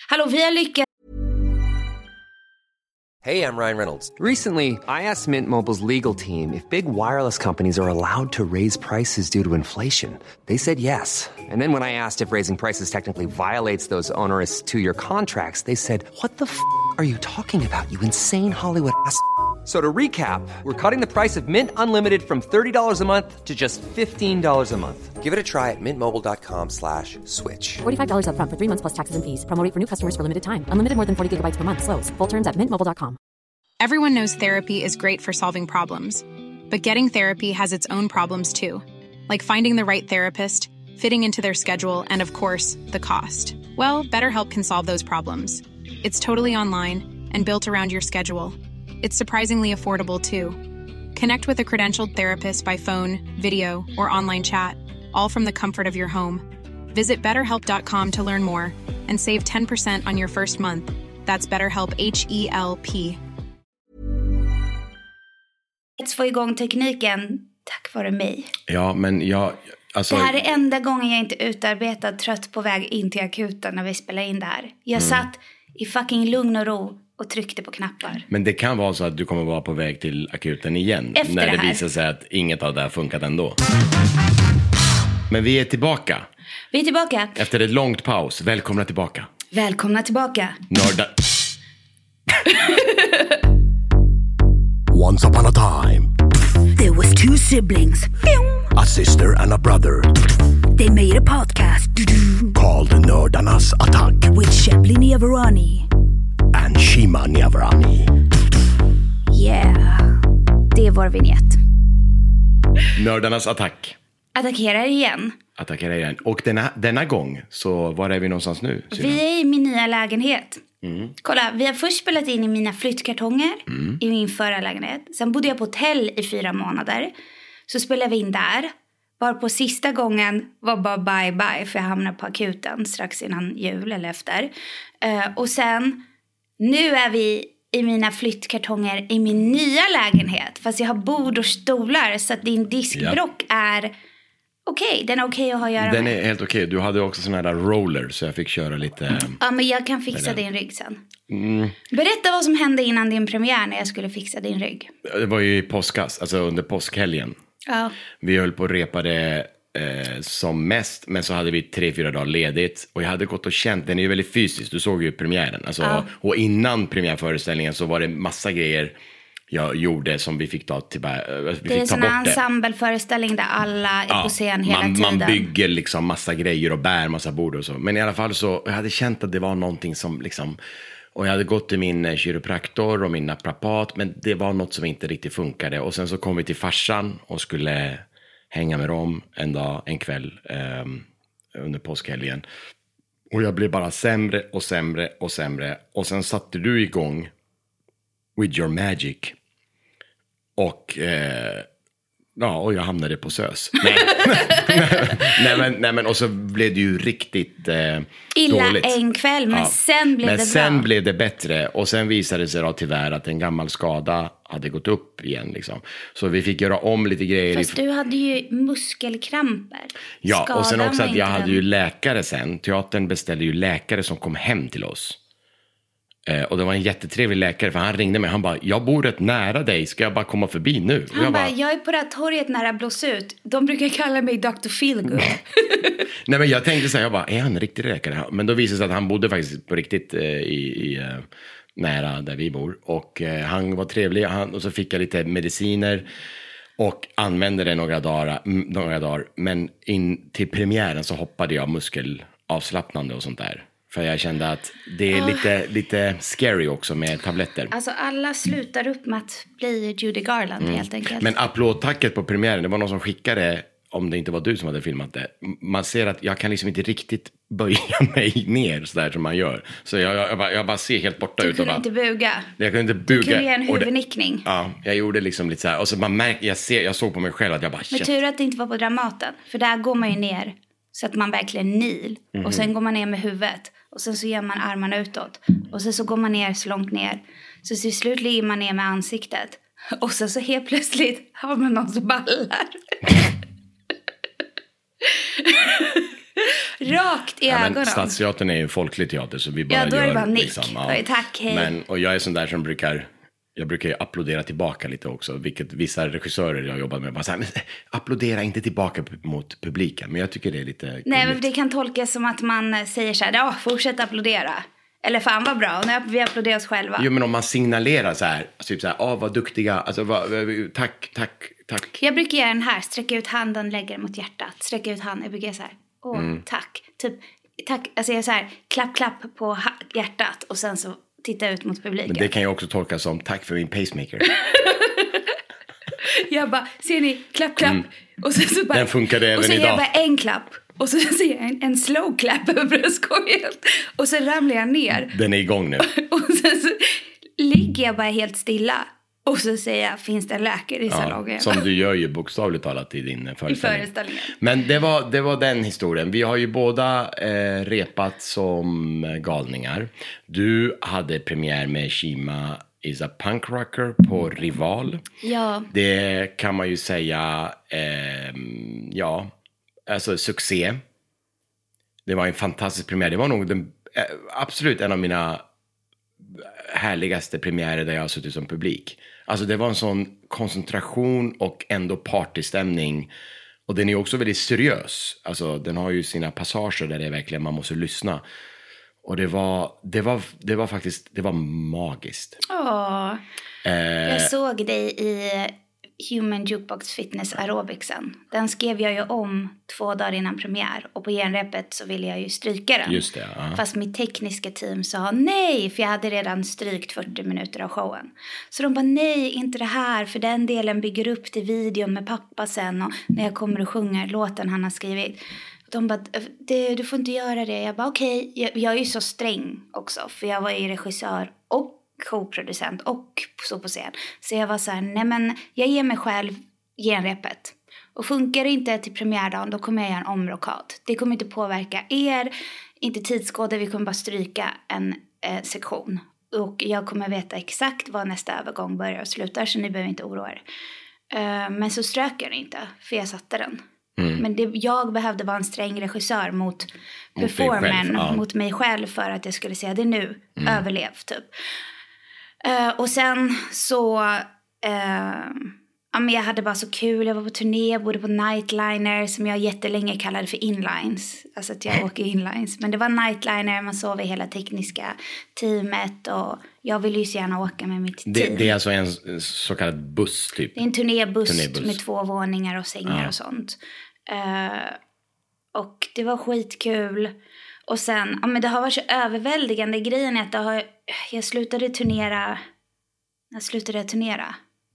Hallå, vi har lyckats. Hey, I'm Ryan Reynolds. Recently, I asked Mint Mobile's legal team if big wireless companies are allowed to raise prices due to inflation. They said yes. And then when I asked if raising prices technically violates those onerous 2-year contracts, they said, "What the f*** are you talking about, you insane Hollywood ass?" So to recap, we're cutting the price of Mint Unlimited from $30 a month to just $15 a month. Give it a try at mintmobile.com/switch. $45 up front for 3 months plus taxes and fees. Promo rate for new customers for limited time. Unlimited more than 40 gigabytes per month. Slows full terms at mintmobile.com. Everyone knows therapy is great for solving problems, but getting therapy has its own problems too, like finding the right therapist, fitting into their schedule, and of course, the cost. Well, BetterHelp can solve those problems. It's totally online and built around your schedule. It's surprisingly affordable too. Connect with a credentialed therapist by phone, video, or online chat, all from the comfort of your home. Visit BetterHelp.com to learn more and save 10% on your first month. That's BetterHelp, H-E-L-P. Att få igång tekniken tack vare mig. Ja, men alltså... Det här är enda gången jag inte är utarbetad, trött på väg in till akuten när vi spelar in det här. Jag satt i fucking lugn och ro och tryckte på knappar. Men det kan vara så att du kommer vara på väg till akuten igen. Efter när det här. visar sig att inget av det här funkat ändå. Men vi är tillbaka. Vi är tillbaka. Efter ett långt paus. Välkomna tillbaka. Välkomna tillbaka. Nörda... Once upon a time, there was 2 siblings. a sister and a brother, They made a podcast called Nördarnas Attack with Shebly Niavarani. and Shima Niavarani. Yeah. Det är vår vignett. Nördarnas attack. Attackerar igen. Attackera igen. Och denna gång, så var är vi någonstans nu? Sina? Vi är i min nya lägenhet. Kolla, vi har först spelat in i mina flyttkartonger i min förra lägenhet. Sen bodde jag på hotell i 4 månader. Så spelade vi in där. Var på sista gången var bara bye för jag hamnade på akuten strax innan jul eller efter. Och sen, nu är vi i mina flyttkartonger i min nya lägenhet. Fast jag har bord och stolar så att din diskbrock är... Okej, den är okej att ha att göra Den med. är helt okej. Du hade också såna där roller så jag fick köra lite... Ja, men jag kan fixa din rygg sen. Berätta vad som hände innan din premiär när jag skulle fixa din rygg. Det var ju i påskas, alltså under påskhelgen. Ja. Vi höll på att repa det som mest, men så hade vi 3-4 dagar ledigt. Och jag hade gått och känt, den är ju väldigt fysisk, du såg ju premiären. Alltså, och innan premiärföreställningen så var det massa grejer jag gjorde som vi fick ta till vi Det är fick en ta sån bort här ensembleföreställning där alla är på scen hela tiden. Man bygger liksom massa grejer och bär massa bord och så. Men i alla fall så, jag hade känt att det var någonting som liksom... Och jag hade gått till min kiropraktor och min naprapat, men det var något som inte riktigt funkade. Och sen så kom vi till farsan och skulle hänga med dem en kväll under påskhelgen. Och jag blev bara sämre och sämre och sämre. Och sen satte du igång With Your Magic. Och och jag hamnade på SÖS. Nej, men och så blev det ju riktigt illa dåligt. En kväll, men sen blev det bra. Men sen blev det bättre. Och sen visade det sig då tyvärr att en gammal skada hade gått upp igen liksom. Så vi fick göra om lite grejer. Fast du hade ju muskelkramper. Ja, Skadan och sen också var att inte jag hade den. ju läkare sen. Teatern beställde ju läkare som kom hem till oss. Och det var en jättetrevlig läkare, för han ringde mig. Han bara, jag bor rätt nära dig, ska jag bara komma förbi nu? Och Han bara, jag är på det här torget nära Blåsut. De brukar kalla mig Dr. Feelgood. Nej, men jag tänkte så här, jag bara, är han en riktig läkare? Men då visade det sig att han bodde faktiskt på riktigt nära där vi bor. Och han var trevlig, och så fick jag lite mediciner och använde det några dagar. Men in till premiären så hoppade jag muskelavslappnande och sånt där. För jag kände att det är lite scary också med tabletter. Alltså alla slutar upp med att bli Judy Garland helt enkelt. Men applådtacket på premiären, det var någon som skickade, om det inte var du som hade filmat det. Man ser att jag kan liksom inte riktigt böja mig ner så där som man gör. Så jag bara ser helt borta ut. Du kunde inte buga. Jag kunde inte buga. Du kunde ge en huvudnickning. Ja, jag gjorde liksom lite så här. Och så man märker, jag såg på mig själv att jag bara... Men tur att det inte var på Dramaten. För där går man ju ner så att man verkligen kneel. Och sen går man ner med huvudet. Och sen så gör man armarna utåt. Och sen så går man ner så långt ner. Så till slut ligger man ner med ansiktet. Och sen så helt plötsligt har man någons ballar. Rakt i ögonen. Stadsteatern är ju en folklig teater, så vi bara då är det gör bara nick. liksom, Tack, hej. Och jag är sån där som brukar ju applådera tillbaka lite också, vilket vissa regissörer jag jobbar med bara så här, men applådera inte tillbaka mot publiken, men jag tycker det är lite Nej, men det kan tolkas som att man säger så här, fortsätt applådera. Eller fan vad bra, och när vi applåderar oss själva. Jo, men om man signalerar så här, typ så här, vad duktiga, alltså tack. Jag brukar göra den här, sträcka ut handen, lägga den mot hjärtat. Sträcka ut handen, jag brukar så här, tack. Typ, tack, alltså jag så här, klapp på hjärtat och sen så titta ut mot publiken. Men det kan ju också tolkas som tack för min pacemaker. Jag bara, ser ni, klapp. Och så bara, den funkade även och så idag. Jag bara en klapp. Och så ser jag en slow clap över bröstkorgen. Och så ramlar jag ner. Den är igång nu. Och sen så ligger jag bara helt stilla. Och så säger jag, finns det en läkare i salongen? Som du gör ju bokstavligt talat i din föreställning. I föreställningen. Men det var den historien. Vi har ju båda repat som galningar. Du hade premiär med Shima is a punk rocker på Rival. Ja. Det kan man ju säga, alltså succé. Det var en fantastisk premiär. Det var nog absolut en av mina härligaste premiärer där jag har suttit som publik. Alltså det var en sån koncentration och ändå partystämning. Och den är också väldigt seriös. Alltså den har ju sina passager där det är verkligen man måste lyssna. Och det var faktiskt, det var magiskt. Jag såg dig i Human Jukebox Fitness Aerobicsen. Den skrev jag ju om 2 dagar innan premiär. Och på genrepet så ville jag ju stryka den. Just det, ja. Fast mitt tekniska team sa nej. För jag hade redan strykt 40 minuter av showen. Så de bara nej, inte det här. För den delen bygger upp till videon med pappa sen. Och när jag kommer och sjunger låten han har skrivit. De bara, du får inte göra det. Jag bara okej. Jag är ju så sträng också. För jag var ju regissör och co-producent och så på scen. Så jag var så här, nej men jag ger mig själv genrepet. Och funkar det inte till premiärdagen, då kommer jag göra en omrokad. Det kommer inte påverka er, inte tidskoder, vi kommer bara stryka en sektion. Och jag kommer veta exakt var nästa övergång börjar och slutar, så ni behöver inte oroa er. Men så strök jag den inte, för jag satte den. Men jag behövde vara en sträng regissör mot performern, mot mig själv, för att jag skulle säga det nu, överlev typ. Och sen så men jag hade bara så kul. Jag var på turné, jag bodde på Nightliner, som jag jättelänge kallade för inlines. Alltså att jag åker inlines. Men det var Nightliner, man sov i hela tekniska teamet. Och jag ville ju så gärna åka med mitt team. Det är alltså en så kallad buss typ? Det är en turnébuss med 2 våningar och sängar och sånt. Och det var skitkul. Och sen, men det har varit så överväldigande. Grejen är att jag slutade turnera. När slutade jag turnera?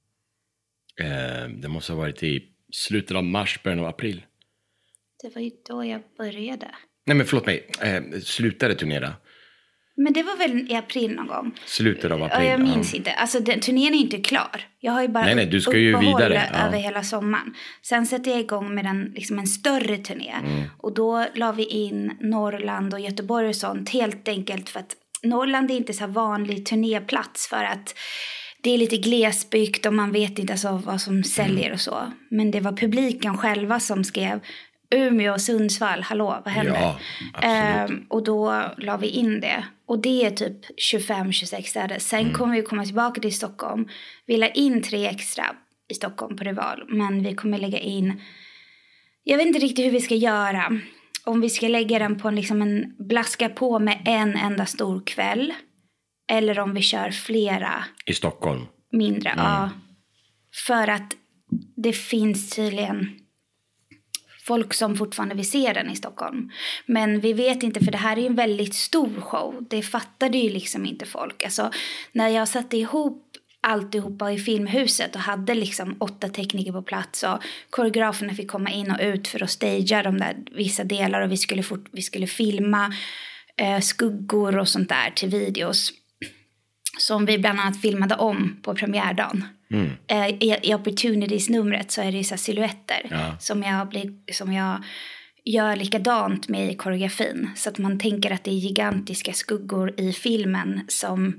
Det måste ha varit i slutet av mars, början av april. Det var ju då jag började. Nej men förlåt mig, slutade turnera. Men det var väl i april någon gång. Slutet av april. Ja, jag minns inte. Alltså turnén är inte klar. Jag har ju bara du ska ju vidare över hela sommaren. Sen sätter jag igång med en större turné. Och då la vi in Norrland och Göteborg och sånt. Helt enkelt för att Norrland är inte så vanlig turnéplats, för att det är lite glesbygd och man vet inte alltså vad som säljer och så. Men det var publiken själva som skrev Umeå och Sundsvall, hallå, vad händer? Ja, absolut. Och då la vi in det. Och det är typ 25-26 städer. Sen kommer vi komma tillbaka till Stockholm. Vi la in 3 extra i Stockholm på Rival. Men vi kommer lägga in, jag vet inte riktigt hur vi ska göra. Om vi ska lägga den på en blaska på med en enda stor kväll. Eller om vi kör flera. I Stockholm? Mindre, ja. För att det finns tydligen folk som fortfarande vill se den i Stockholm. Men vi vet inte, för det här är ju en väldigt stor show. Det fattade ju inte folk. Alltså, när jag satte ihop alltihopa i filmhuset och hade 8 tekniker på plats och koreograferna fick komma in och ut för att stagea de där vissa delar, och vi skulle filma skuggor och sånt där till videos som vi bland annat filmade om på premiärdagen. I Opportunities-numret så är det så silhuetter som jag gör likadant med i koreografin, så att man tänker att det är gigantiska skuggor i filmen som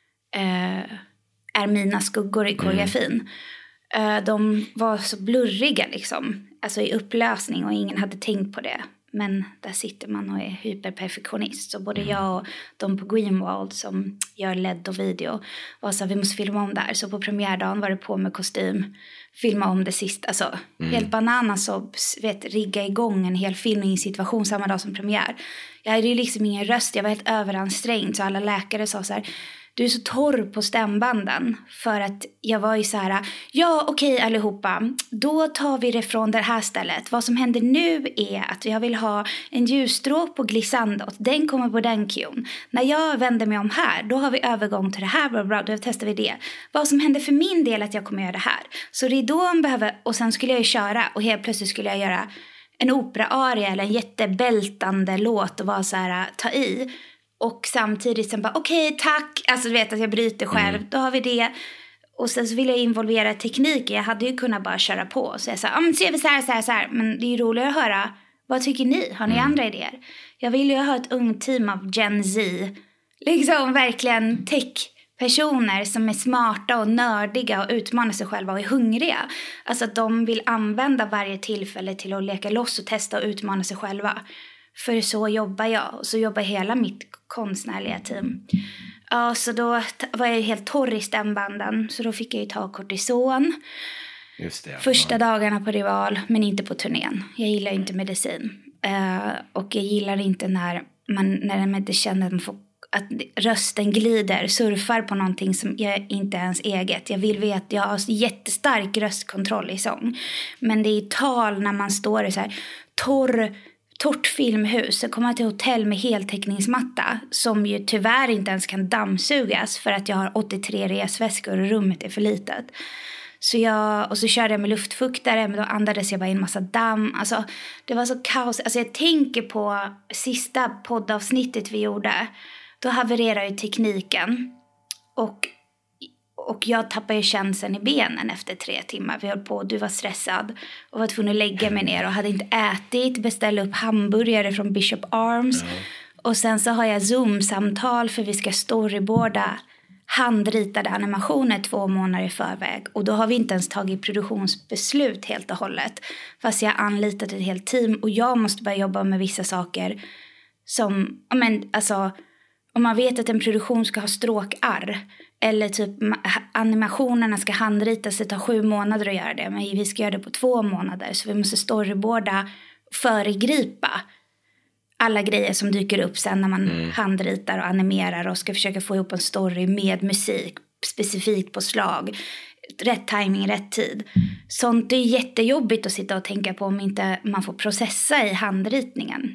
är mina skuggor i koreografin. De var så blurriga alltså i upplösning, och ingen hade tänkt på det. Men där sitter man och är hyperperfektionist. Så både jag och de på Greenwald som gör LED och video var så här, vi måste filma om där. Så på premiärdagen var det på med kostym. Filma om det sista. Alltså helt bananas och rigga igång en hel filmningssituation samma dag som premiär. Jag hade ju liksom ingen röst. Jag var helt överansträngd. Så alla läkare sa så här, du är så torr på stämbanden. För att jag var ju så här, ja okej allihopa, då tar vi det från det här stället. Vad som händer nu är att jag vill ha en ljusstråk på glissandot. Den kommer på den cue'n. När jag vänder mig om här, då har vi övergång till det här. Bla bla, då testar vi det. Vad som händer för min del att jag kommer göra det här. Så ridån behöver, och sen skulle jag ju köra. Och helt plötsligt skulle jag göra en opera-aria eller en jättebältande låt och vara så här, ta i. Och samtidigt sen bara, okej, tack. Alltså du vet att jag bryter själv. Då har vi det. Och sen så vill jag involvera tekniken. Jag hade ju kunnat bara köra på. Så jag sa, men ser vi så här. Men det är ju roligare att höra. Vad tycker ni? Har ni andra idéer? Jag vill ju ha ett ungt team av Gen Z. Liksom verkligen tech-personer som är smarta och nördiga och utmanar sig själva och är hungriga. Alltså att de vill använda varje tillfälle till att leka loss och testa och utmana sig själva. För så jobbar jag. Och så jobbar hela mitt konstnärliga team. Ja, så då var jag helt torr i stämbanden. Så då fick jag ju ta kortison. Just det. Första dagarna på Rival, men inte på turnén. Jag gillar inte medicin. Och jag gillar inte när man inte känner att man får, att rösten glider, surfar på någonting som inte är ens eget. Jag vill veta att jag har jättestark röstkontroll i sång. Men det är tal när man står i så här torrt filmhus. Så kommer jag till hotell med heltäckningsmatta som ju tyvärr inte ens kan dammsugas för att jag har 83 resväskor och rummet är för litet. Och så körde jag med luftfuktare, men då andades jag bara in en massa damm. Alltså det var så kaos. Alltså jag tänker på sista poddavsnittet vi gjorde. Då havererade ju tekniken och jag tappade ju känseln i benen efter 3 timmar. Vi höll på, du var stressad och var tvungen att lägga mig ner och hade inte ätit. Beställa upp hamburgare från Bishop Arms. Och sen så har jag Zoom-samtal för vi ska storyboarda handritade animationer 2 månader i förväg. Och då har vi inte ens tagit produktionsbeslut helt och hållet. Fast jag har anlitat ett helt team och jag måste börja jobba med vissa saker som, alltså om man vet att en produktion ska ha stråkar eller typ animationerna ska handritas, det tar 7 månader att göra det. Men vi ska göra det på 2 månader. Så vi måste storyboarda, föregripa alla grejer som dyker upp sen när man handritar och animerar och ska försöka få ihop en story med musik specifikt på slag. Rätt timing, rätt tid. Sånt är jättejobbigt att sitta och tänka på om inte man får processa i handritningen.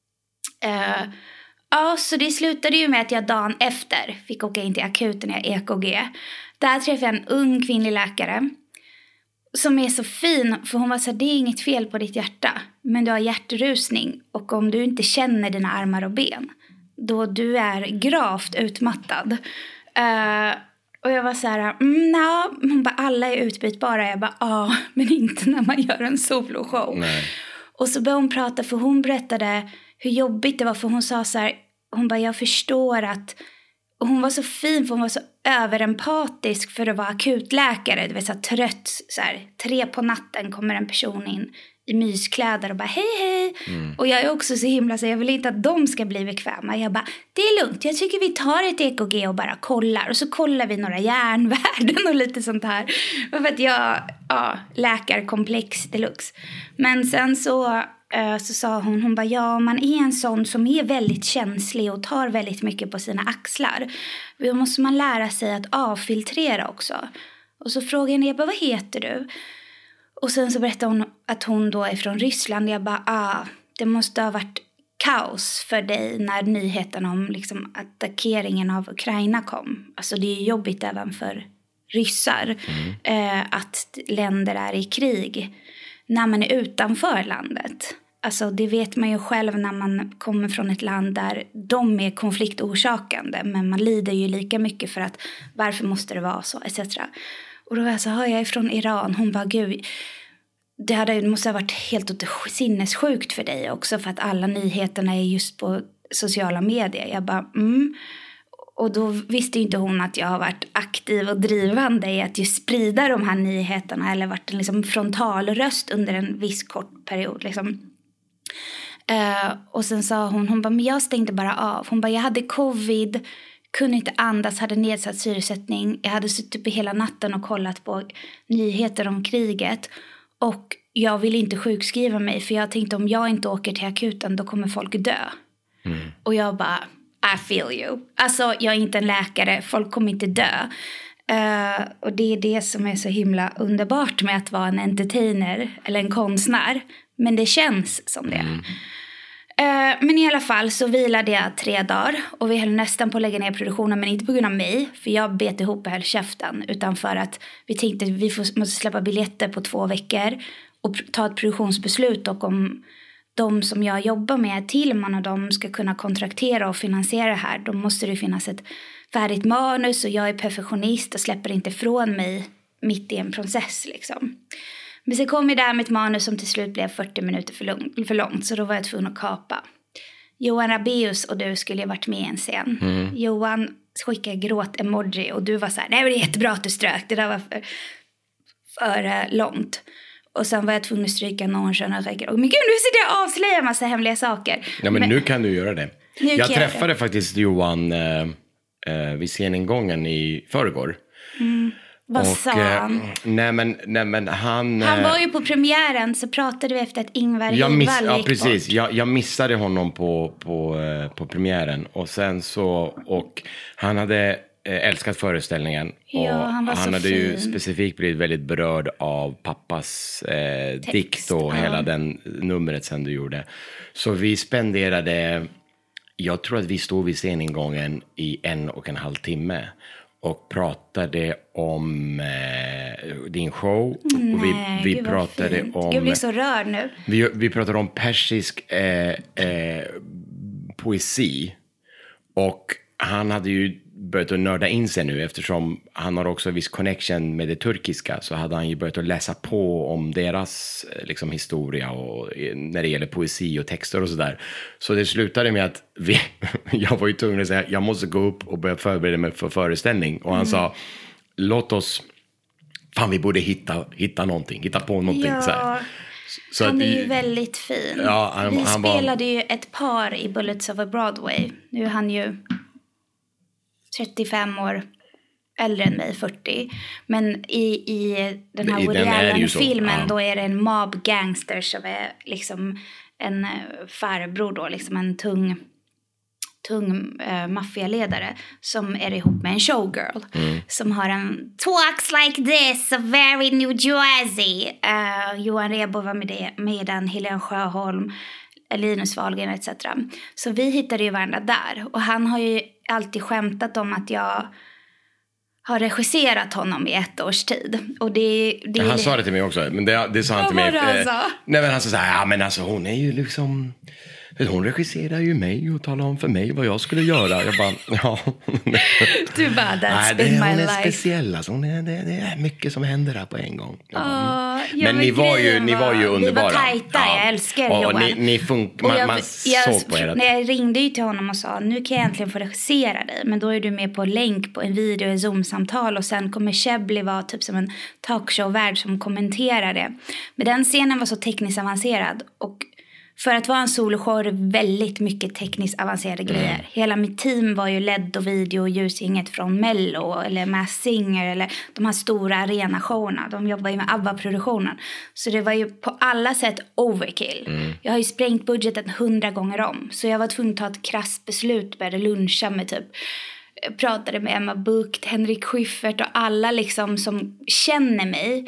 Ja, så det slutade ju med att jag dagen efter fick åka in till akuten i EKG. Där träffade jag en ung kvinnlig läkare som är så fin. För hon var så här, det är inget fel på ditt hjärta. Men du har hjärtrusning. Och om du inte känner dina armar och ben, då du är gravt utmattad. Och jag var så här, hon bara, alla är utbytbara. Jag bara, men inte när man gör en soloshow. Nej. Och så började hon prata, för hon berättade hur jobbigt det var. För hon sa så här, hon bara, jag förstår att... Och hon var så fin, för hon var så överempatisk för att vara akutläkare. Det var så trött, så här, 3 på natten kommer en person in i myskläder och bara, hej. Och jag är också så himla, så jag vill inte att de ska bli bekväma. Jag bara, det är lugnt, jag tycker vi tar ett EKG och bara kollar. Och så kollar vi några järnvärden och lite sånt här. För att läkarkomplex deluxe. Men sen så sa hon bara, man är en sån som är väldigt känslig och tar väldigt mycket på sina axlar. Då måste man lära sig att avfiltrera också. Och så frågade jag bara, vad heter du? Och sen så berättade hon att hon då är från Ryssland. Jag bara, det måste ha varit kaos för dig när nyheten om liksom attackeringen av Ukraina kom. Alltså det är ju jobbigt även för ryssar att länder är i krig när man är utanför landet. Alltså det vet man ju själv när man kommer från ett land där de är konfliktorsakande. Men man lider ju lika mycket för att varför måste det vara så, etc. Och då var jag så, jag är från Iran. Hon bara, gud, det måste ha varit helt sinnessjukt för dig också. För att alla nyheterna är just på sociala medier. Jag bara, Och då visste inte hon att jag har varit aktiv och drivande i att just sprida de här nyheterna. Eller varit en liksom frontalröst under en viss kort period liksom. Och sen sa hon bara, men jag stängde bara av. Hon bara, jag hade covid, kunde inte andas, hade nedsatt syresättning. Jag hade suttit uppe hela natten och kollat på nyheter om kriget. Och jag ville inte sjukskriva mig, för jag tänkte om jag inte åker till akuten då kommer folk dö. Och jag bara, I feel you. Alltså jag är inte en läkare, folk kommer inte dö. Och det är det som är så himla underbart med att vara en entertainer eller en konstnär. Men det känns som det. Men i alla fall så vilade jag 3 dagar. Och vi höll nästan på att lägga ner produktionen. Men inte på grund av mig, för jag bet ihop och höll käften. Utan för att vi tänkte att vi måste släppa biljetter på 2 veckor. Och ta ett produktionsbeslut. Och om de som jag jobbar med, Tillman och de, ska kunna kontraktera och finansiera det här, då måste det finnas ett färdigt manus. Och jag är perfektionist och släpper inte från mig mitt i en process liksom. Men så kom jag där med ett manus som till slut blev 40 minuter för långt. Så då var jag tvungen att kapa. Johan Rabaeus och du skulle ju varit med i en scen. Johan skickade gråt-emoji och du var så här, nej men det är jättebra att du strök. Det där var för långt. Och sen var jag tvungen att stryka någon kön och räcker. Och men gud, nu sitter jag och avslöjar en massa hemliga saker. Ja, men nu kan du göra det. Jag träffade faktiskt Johan vid sceningången i förrgår. Vad sa han? Nej men han var ju på premiären, så pratade vi efter att Ingvar Hivall gick ja, precis. bort. Jag missade honom på premiären. Och sen så, och han hade älskat föreställningen. Och han var så hade fin. ju specifikt blivit väldigt berörd av pappas dikt och hela den numret sen du gjorde. Så vi spenderade, jag tror att vi stod vid sceningången i 1,5 timme. Och pratade om din show. Och vi pratade om... Jag blir så rörd nu. Vi pratade om persisk poesi. Och han hade ju börjat att nörda in sig nu. Eftersom han har också en viss connection med det turkiska. Så hade han ju börjat att läsa på om deras liksom, historia. Och när det gäller poesi och texter och sådär. Så det slutade med att jag var ju tvungen att säga, jag måste gå upp och börja förbereda mig för föreställning. Och han sa, låt oss, fan vi borde hitta någonting, hitta på någonting. Ja. Så här. Så han att, är ju väldigt fin. Ja, vi spelade ju ett par i Bullets Over Broadway. Nu är han ju 35 år äldre än mig, 40. Men i den här Woody Allen-filmen då är det en mob gangster som är liksom en farbror då, liksom en tung maffialedare som är ihop med en showgirl som har en talks like this, so very New Jersey. Johan Rebo var med den, Helene Sjöholm, Linus Wahlgren etc. Så vi hittade ju varandra där. Och han har ju alltid skämtat om att jag har regisserat honom i 1 års tid. Och det han sa det till mig också, men det sa han till mig. Nej, men han sa så här, ja men alltså hon är ju liksom... Hon regisserar ju mig och talar om för mig vad jag skulle göra. Jag bara, ja. Du bara, that's been my life. Hon är speciell. Alltså, det är mycket som händer här på en gång. Men ni var ju underbara. Vi var tajta, jag älskar Johan. Man såg på er. När jag ringde ju till honom och sa, nu kan jag äntligen få regissera dig. Men då är du med på länk på en video, en Zoom-samtal. Och sen kommer Chebly vara typ som en talkshow-värd som kommenterar det. Men den scenen var så tekniskt avancerad. Och för att vara en soloshow är det väldigt mycket tekniskt avancerade grejer. Hela mitt team var ju LED och video och ljusgänget från Mello eller Masked Singer eller de här stora arenashowerna. De jobbar ju med ABBA-produktionen. Så det var ju på alla sätt overkill. Jag har ju sprängt budgeten 100 gånger om. Så jag var tvungen att ta ett krasst beslut, började luncha med typ... Jag pratade med Emma Bucht, Henrik Schyffert och alla liksom som känner mig.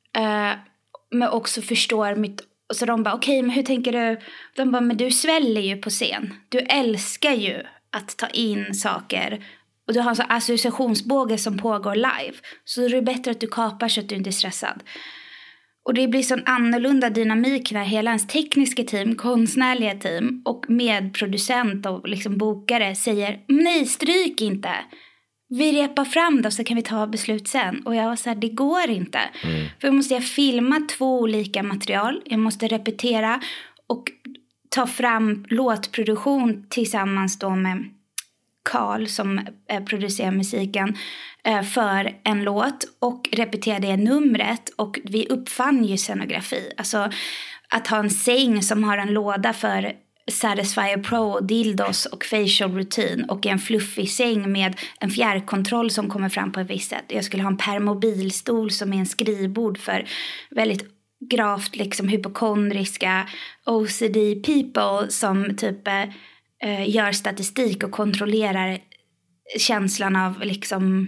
Men också förstår mitt... Och så de bara, okej, men hur tänker du? De bara, men du sväller ju på scen. Du älskar ju att ta in saker. Och du har en sån associationsbåge som pågår live. Så det är bättre att du kapar så att du inte är stressad. Och det blir sån annorlunda dynamik när hela ens tekniska team, konstnärliga team och medproducent och liksom bokare säger, nej, stryk inte. Vi repar fram det och så kan vi ta beslut sen. Och jag var så här, det går inte. För då måste jag filma 2 olika material. Jag måste repetera och ta fram låtproduktion tillsammans då med Carl som producerar musiken för en låt. Och repetera det numret. Och vi uppfann ju scenografi. Alltså att ha en säng som har en låda för Satisfyer Pro, dildos och facial routine och en fluffig säng med en fjärrkontroll som kommer fram på ett visst sätt. Jag skulle ha en permobilstol som är en skrivbord för väldigt gravt liksom hypokondriska OCD people som typ gör statistik och kontrollerar känslan av liksom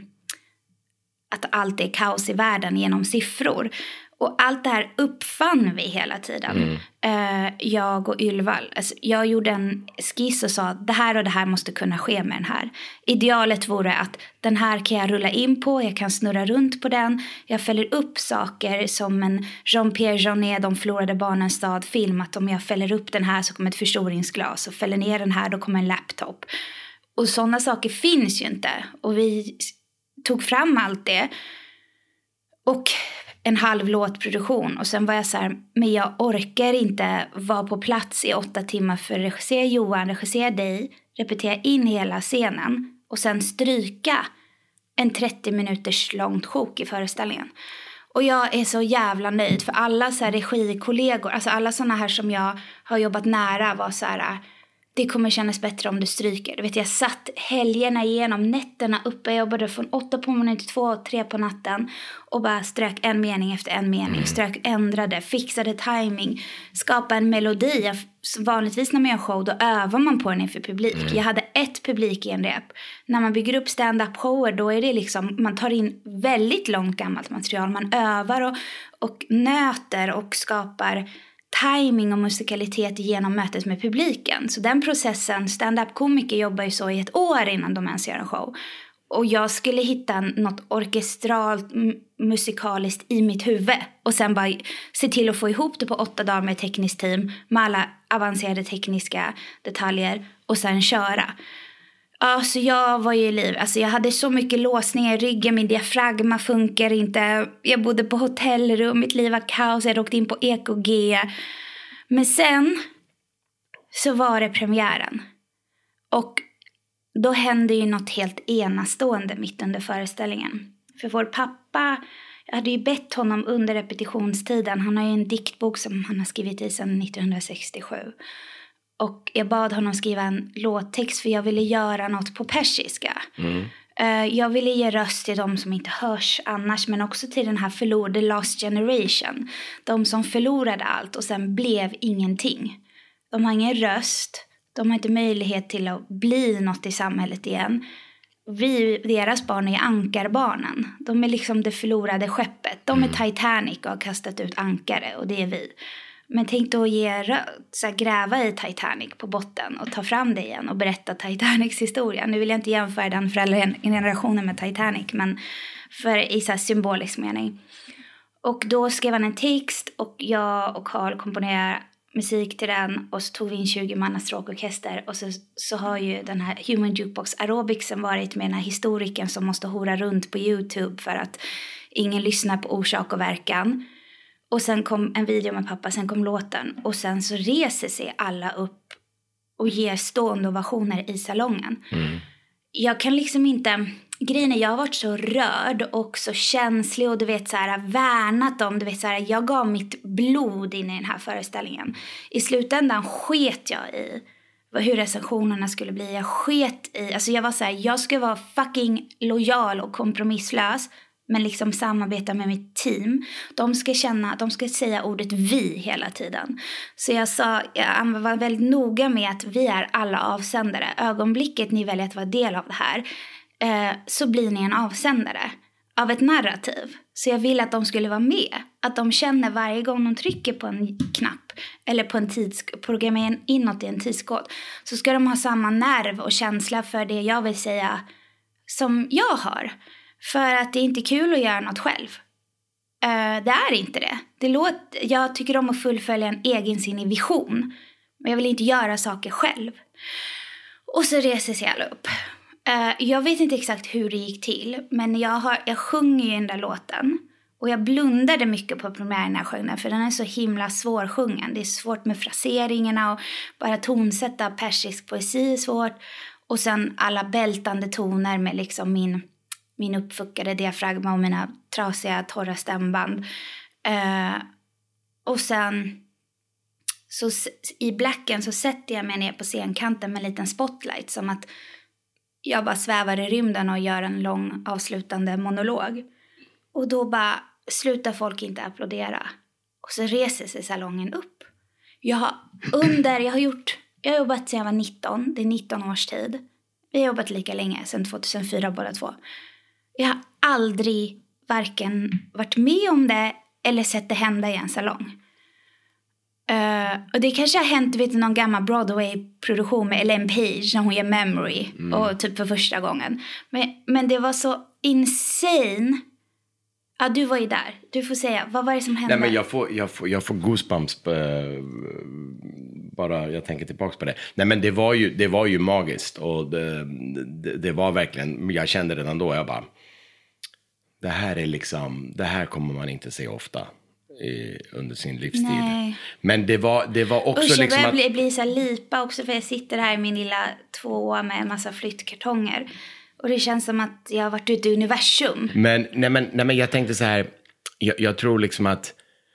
att allt är kaos i världen genom siffror. Och allt det här uppfann vi hela tiden. Jag och Ylva. Alltså, jag gjorde en skiss och sa det här och det här måste kunna ske med den här. Idealet vore att den här kan jag rulla in på. Jag kan snurra runt på den. Jag fäller upp saker som en Jean-Pierre Jeunet, De förlorade barnens stad-film. Att om jag fäller upp den här så kommer ett förstoringsglas. Och fäller ner den här då kommer en laptop. Och sådana saker finns ju inte. Och vi tog fram allt det. Och en halv låtproduktion. Och sen var jag så här, men jag orkar inte vara på plats i 8 timmar för att regissera Johan, regissera dig, repetera in hela scenen och sen stryka en 30 minuters långt sjok i föreställningen. Och jag är så jävla nöjd för alla så här regikollegor, alltså alla såna här som jag har jobbat nära var så här, det kommer kännas bättre om du stryker. Du vet, jag satt helgerna igenom, nätterna uppe. Jag jobbade från 8 på morgonen till 2, 3 på natten. Och bara strök en mening efter en mening. Strök, ändrade, fixade timing. Skapade en melodi. Vanligtvis när man gör show, då övar man på den inför publik. Jag hade ett publik i en rep. När man bygger upp stand-up shower, då är det liksom, man tar in väldigt långt gammalt material. Man övar och nöter och skapar timing och musikalitet genom mötet med publiken. Så den processen, stand-up-komiker jobbar ju så i 1 år innan de ens gör en show. Och jag skulle hitta något orkestralt, musikaliskt i mitt huvud. Och sen bara se till att få ihop det på 8 dagar med ett tekniskt team. Med alla avancerade tekniska detaljer. Och sen köra. Alltså jag var ju i liv. Alltså jag hade så mycket låsningar i ryggen. Min diafragma funkar inte. Jag bodde på hotellrum. Mitt liv var kaos. Jag åkte in på EKG. Men sen så var det premiären. Och då hände ju något helt enastående mitt under föreställningen. För vår pappa, jag hade ju bett honom under repetitionstiden. Han har ju en diktbok som han har skrivit i sedan 1967. Och jag bad honom skriva en låttext för jag ville göra något på persiska. Jag ville ge röst till de som inte hörs annars. Men också till den här the lost generation. De som förlorade allt och sen blev ingenting. De har ingen röst. De har inte möjlighet till att bli något i samhället igen. Deras barn är ankarbarnen. De är liksom det förlorade skeppet. De är Titanic och har kastat ut ankare och det är vi. Men tänk då att gräva i Titanic på botten och ta fram det igen och berätta Titanics historia. Nu vill jag inte jämföra den föräldragenerationen med Titanic, men för i så här symbolisk mening. Och då skrev han en text och jag och Carl komponerade musik till den och så tog vi in 20 manna stråkorkester och så har ju den här Human Jukebox Aerobicsen varit med den här historikern som måste hora runt på YouTube för att ingen lyssnar på orsak och verkan. Och sen kom en video med pappa, sen kom låten. Och sen så reser sig alla upp och ger stående ovationer i salongen. Jag kan liksom inte... Grejen är, jag har varit så rörd och så känslig och du vet så här värnat om. Du vet så här, jag gav mitt blod in i den här föreställningen. I slutändan sket jag i hur recensionerna skulle bli. Jag sket i... Alltså jag var så här, jag ska vara fucking lojal och kompromisslös. Men liksom samarbeta med mitt team. De ska säga ordet vi hela tiden. Så jag var väldigt noga med att vi är alla avsändare. Ögonblicket ni väljer att vara del av det här. Så blir ni en avsändare av ett narrativ. Så jag ville att de skulle vara med. Att de känner varje gång de trycker på en knapp. Eller på en programmera inåt i en tidskod. Så ska de ha samma nerv och känsla för det jag vill säga som jag har. För att det är inte kul att göra något själv. Det är inte det. Jag tycker om att fullfölja en egensinnig vision. Men jag vill inte göra saker själv. Och så reser sig alla upp. Jag vet inte exakt hur det gick till. Men jag sjunger ju den där låten. Och jag blundade mycket på premiären när jag sjöng den. För den är så himla svårsjungen. Det är svårt med fraseringarna. Och bara tonsätta persisk poesi är svårt. Och sen alla bältande toner med liksom min uppfuckade diafragma och mina trasiga, torra stämband. Och sen så i blacken så sätter jag mig ner på scenkanten med en liten spotlight. Som att jag bara svävar i rymden och gör en lång avslutande monolog. Och då bara slutar folk inte applådera. Och så reser sig salongen upp. Jag har jobbat sedan jag var 19. Det är 19 års tid. Vi har jobbat lika länge, sedan 2004 båda två. Jag har aldrig varken varit med om det eller sett det hända i en salong. Och det kanske har hänt, vet du, någon gammal Broadway-produktion med Ellen Page när hon gör Memory. Och typ för första gången. Men det var så insane. Ja, du var ju där. Du får säga, vad var det som hände? Nej, men jag får goosebumps bara jag tänker tillbaka på det. Nej, men det var ju magiskt. Och det var verkligen, jag kände redan då, jag bara, det här kommer man inte se ofta under sin livstid. Nej. Men det var också usch, liksom jag blir så här lipa också, för jag sitter här i min lilla 2 med en massa flyttkartonger. Och det känns som att jag har varit ute i universum. Men jag tänkte så här, jag tror liksom att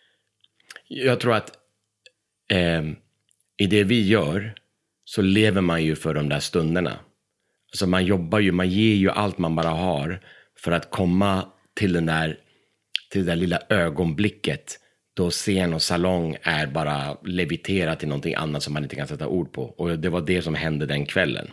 i det vi gör så lever man ju för de där stunderna. Alltså man jobbar ju, man ger ju allt man bara har för att komma till det där lilla ögonblicket då scen och salong är bara leviterat till någonting annat som man inte kan sätta ord på. Och det var det som hände den kvällen.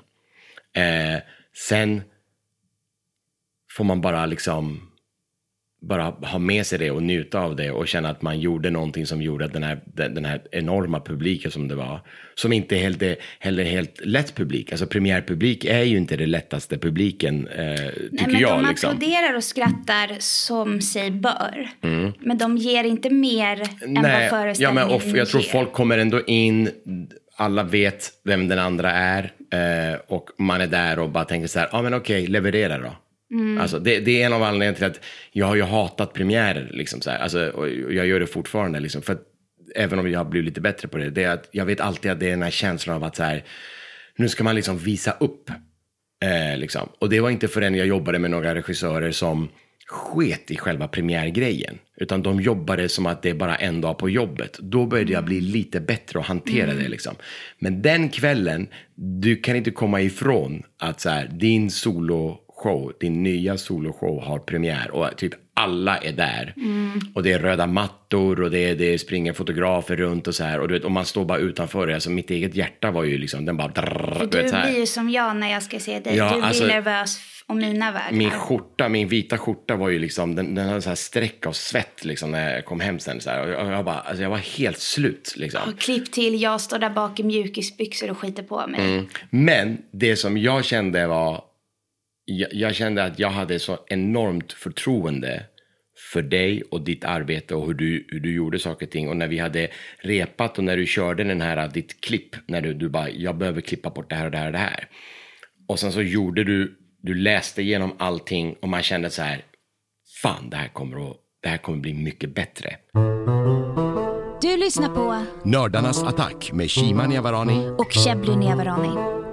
Sen får man bara ha med sig det och njuta av det och känna att man gjorde någonting som gjorde att den här enorma publiken som det var, som inte heller helt lätt publik. Alltså premiärpublik är ju inte det lättaste publiken, tycker jag. De applåderar och skrattar som sig bör. Men de ger inte mer än vad föreställningen ger. Jag tror folk kommer ändå in, alla vet vem den andra är, och man är där och bara tänker så här, men okej, leverera då. Alltså det är en av anledningarna till att jag har ju hatat premiärer liksom så här. Alltså, och jag gör det fortfarande liksom, för att, även om jag har blivit lite bättre på det är att jag vet alltid att det är den här känslan av att så här, nu ska man liksom visa upp liksom. Och det var inte förrän jag jobbade med några regissörer som sket i själva premiärgrejen, utan de jobbade som att det är bara en dag på jobbet. Då började jag bli lite bättre att hantera det liksom. Men den kvällen, du kan inte komma ifrån att så här, din nya soloshow har premiär och typ alla är där. Och det är röda mattor och det springer fotografer runt och så här, och du vet, och man står bara utanför det. Alltså mitt eget hjärta var ju liksom, den bara för du blir ju som jag när jag ska se dig. Ja, du blir nervös om mina vägar. Min vita skjorta var ju liksom, den hade så här streck av svett liksom när jag kom hem sen så här. Och jag bara, alltså jag var helt slut liksom. Och klipp till, jag står där bak i mjukisbyxor och skiter på mig. Men det som jag kände var, jag kände att jag hade så enormt förtroende för dig och ditt arbete och hur du gjorde saker och ting. Och när vi hade repat och när du körde den här, ditt klipp, när du bara, jag behöver klippa bort det här och det här och det här. Och sen så gjorde du läste igenom allting och man kände så här, fan, det här kommer bli mycket bättre. Du lyssnar på Nördarnas attack med Shima Niavarani och Shebly Niavarani.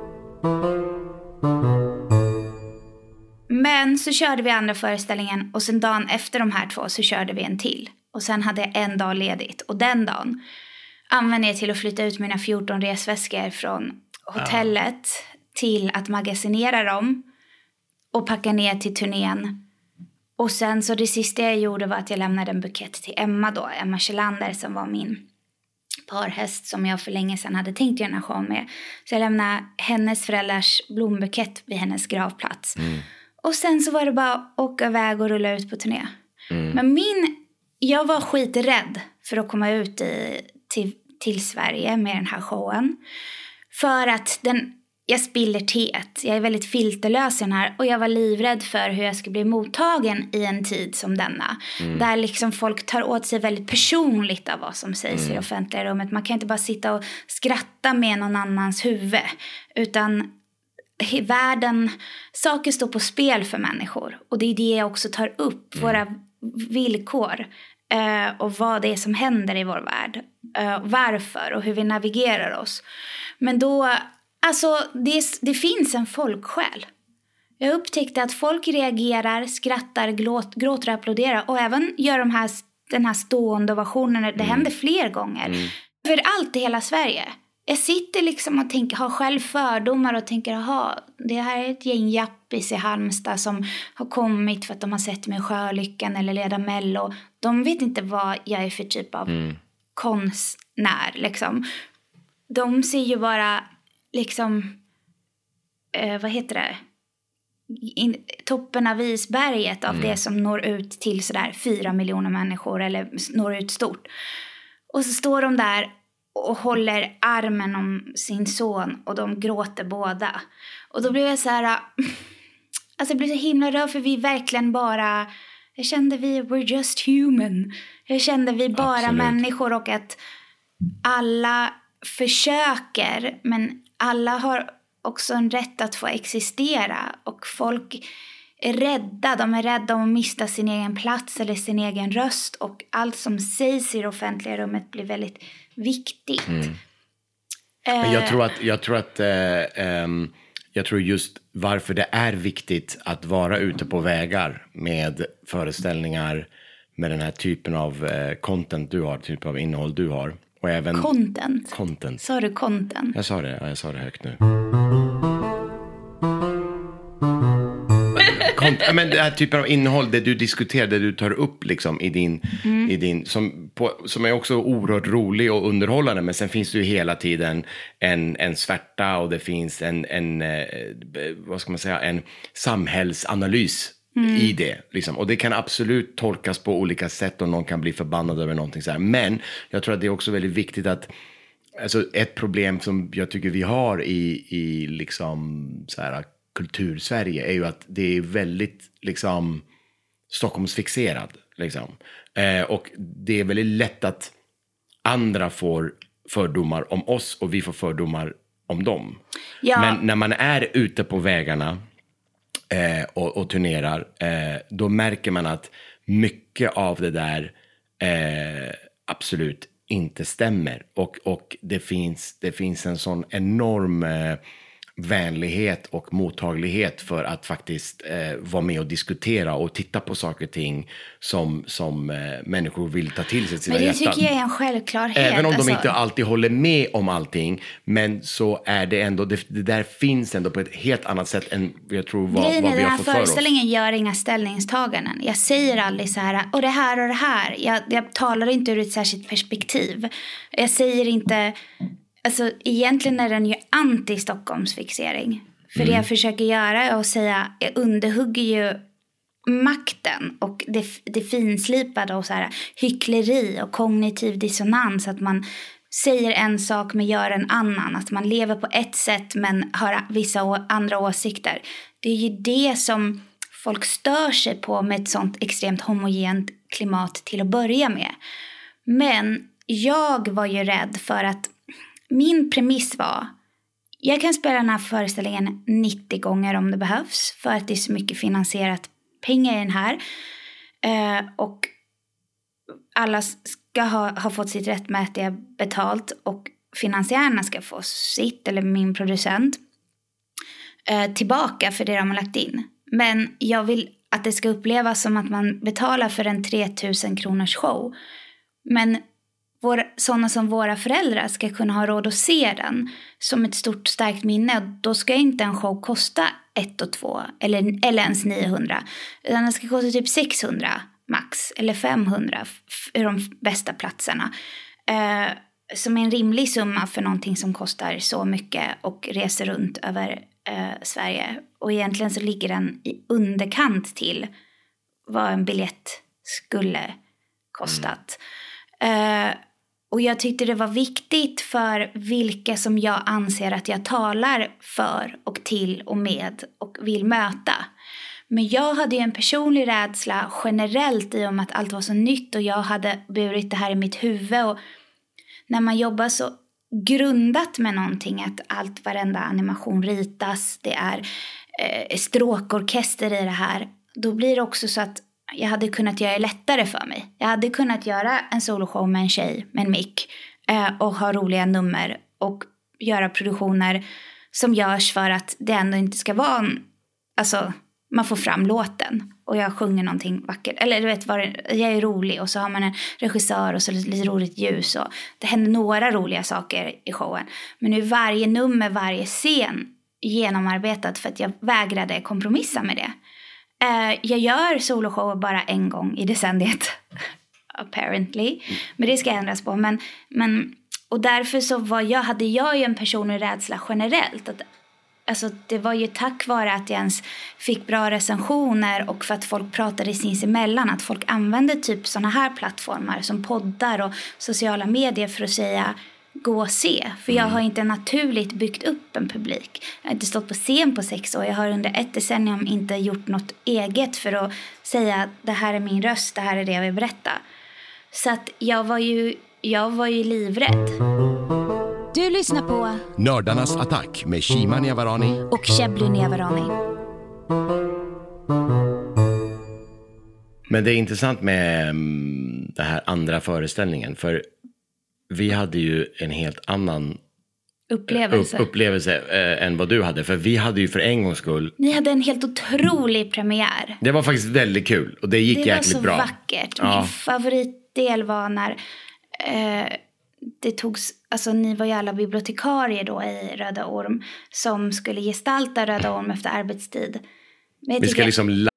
Men så körde vi andra föreställningen och sen dagen efter de här 2 så körde vi en till. Och sen hade jag en dag ledigt. Och den dagen använde jag till att flytta ut mina 14 resväskor från hotellet till att magasinera dem och packa ner till turnén. Och sen så det sista jag gjorde var att jag lämnade en bukett till Emma Kjellander, som var min parhäst som jag för länge sedan hade tänkt göra en show med. Så jag lämnade hennes föräldrars blombukett vid hennes gravplats. Och sen så var det bara att åka iväg och rulla ut på turné. Men jag var skiträdd för att komma ut till Sverige med den här showen. För att jag spiller teet. Jag är väldigt filterlös i den här. Och jag var livrädd för hur jag skulle bli mottagen i en tid som denna. Där liksom folk tar åt sig väldigt personligt av vad som sägs i det offentliga rummet. Man kan inte bara sitta och skratta med någon annans huvud. Utan i världen, saker står på spel för människor. Och det är det jag också tar upp. Våra villkor. Och vad det är som händer i vår värld. Varför och hur vi navigerar oss. Men då, alltså det finns en folksjäl. Jag upptäckte att folk reagerar, skrattar, gråter och applåderar. Och även gör den här stående ovationen. Det händer fler gånger. För allt i hela Sverige. Jag sitter liksom och tänker, har själv fördomar och tänker, jaha, det här är ett gäng jappis i Halmstad som har kommit för att de har sett mig i Sjölyckan eller leda Mello. De vet inte vad jag är för typ av konstnär liksom. De ser ju bara liksom, vad heter det? Toppen av isberget av det som når ut till sådär 4 miljoner människor eller når ut stort. Och så står de där och håller armen om sin son och de gråter båda. Och då blev jag så här, alltså jag blev så himla rörd för vi verkligen bara, jag kände vi were just human. Jag kände vi bara Absolut. människor och att alla försöker, men alla har också en rätt att få existera. Och folk är rädda. De är rädda om att mista sin egen plats eller sin egen röst. Och allt som sägs i det offentliga rummet blir väldigt viktigt. Men jag tror just varför det är viktigt att vara ute på vägar med föreställningar med den här typen av content du har, typ av innehåll du har. Och även content. Sa du content? Jag sa det högt nu. Men det här typen av innehåll, det du diskuterar, det du tar upp liksom i din som är också oerhört rolig och underhållande, men sen finns det ju hela tiden en svärta och det finns en vad ska man säga, en samhällsanalys i det liksom. Och det kan absolut tolkas på olika sätt och någon kan bli förbannad över någonting så här. Men jag tror att det är också väldigt viktigt att, alltså ett problem som jag tycker vi har i liksom så här kultursverige är ju att det är väldigt liksom Stockholmsfixerad liksom. Och det är väldigt lätt att andra får fördomar om oss och vi får fördomar om dem. Ja. Men när man är ute på vägarna och turnerar, då märker man att mycket av det där absolut inte stämmer. Och det finns en sån enorm vänlighet och mottaglighet för att faktiskt vara med och diskutera och titta på saker och ting som människor vill ta till sig. Men det tycker jag är en självklarhet. Även om de inte alltid håller med om allting, men så är det ändå, det där finns ändå på ett helt annat sätt än jag tror vad vi har fått för oss. Den här föreställningen gör inga ställningstaganden. Jag säger aldrig så här, och det här. Jag talar inte ur ett särskilt perspektiv. Jag säger inte... Alltså egentligen är den ju anti-Stockholmsfixering. För det jag försöker göra är att säga, jag underhugger ju makten och det finslipade och så här hyckleri och kognitiv dissonans. Att man säger en sak men gör en annan. Att man lever på ett sätt men har vissa andra åsikter. Det är ju det som folk stör sig på med ett sånt extremt homogent klimat till att börja med. Men jag var ju rädd för att min premiss var, jag kan spela den här föreställningen 90 gånger om det behövs. För att det är så mycket finansierat pengar i den här. Och alla ska ha fått sitt rättmätiga betalt. Och finansiärerna ska få sitt, eller min producent, tillbaka för det de har lagt in. Men jag vill att det ska upplevas som att man betalar för en 3000 kronors show. Men sådana som våra föräldrar ska kunna ha råd att se den som ett stort starkt minne. Då ska inte en show kosta 1 och 2 eller ens 900. Utan den ska kosta typ 600 max eller 500 för de bästa platserna. Som är en rimlig summa för någonting som kostar så mycket och reser runt över Sverige. Och egentligen så ligger den i underkant till vad en biljett skulle kostat. Och jag tyckte det var viktigt för vilka som jag anser att jag talar för och till och med och vill möta. Men jag hade ju en personlig rädsla generellt i om att allt var så nytt och jag hade burit det här i mitt huvud. Och när man jobbar så grundat med någonting, att varenda animation ritas, det är stråkorkester i det här, då blir det också så att jag hade kunnat göra det lättare för mig. Jag hade kunnat göra en soloshow med en tjej, med en mick, och ha roliga nummer och göra produktioner som görs för att det ändå inte ska vara alltså man får fram låten. och jag sjunger någonting vackert. Eller du vet, jag är rolig och så har man en regissör och så lite roligt ljus. Och det händer några roliga saker i showen. Men nu är varje nummer, varje scen genomarbetat för att jag vägrade kompromissa med det. Jag gör soloshower bara en gång i decenniet. Apparently. Men det ska ändras på. Men, och därför så hade jag ju en personlig rädsla generellt. Alltså det var ju tack vare att jag ens fick bra recensioner och för att folk pratade sinsemellan. Att folk använde typ såna här plattformar som poddar och sociala medier för att säga gå och se. För jag har inte naturligt byggt upp en publik. Jag har inte stått på scen på 6 år. Jag har under 1 decennium inte gjort något eget för att säga att det här är min röst, det här är det jag vill berätta. Så att jag var ju livrädd. Du lyssnar på Nördarnas attack med Shima Niavarani och Shebly Niavarani. Men det är intressant med den här andra föreställningen. För vi hade ju en helt annan upplevelse än vad du hade. För vi hade ju för en gångs skull... Ni hade en helt otrolig premiär. Det var faktiskt väldigt kul. Och det gick jäkligt bra. Det var så vackert. Min favoritdel var när... det togs, alltså ni var ju alla bibliotekarier då i Röda Orm som skulle gestalta Röda Orm efter arbetstid. Vi ska liksom...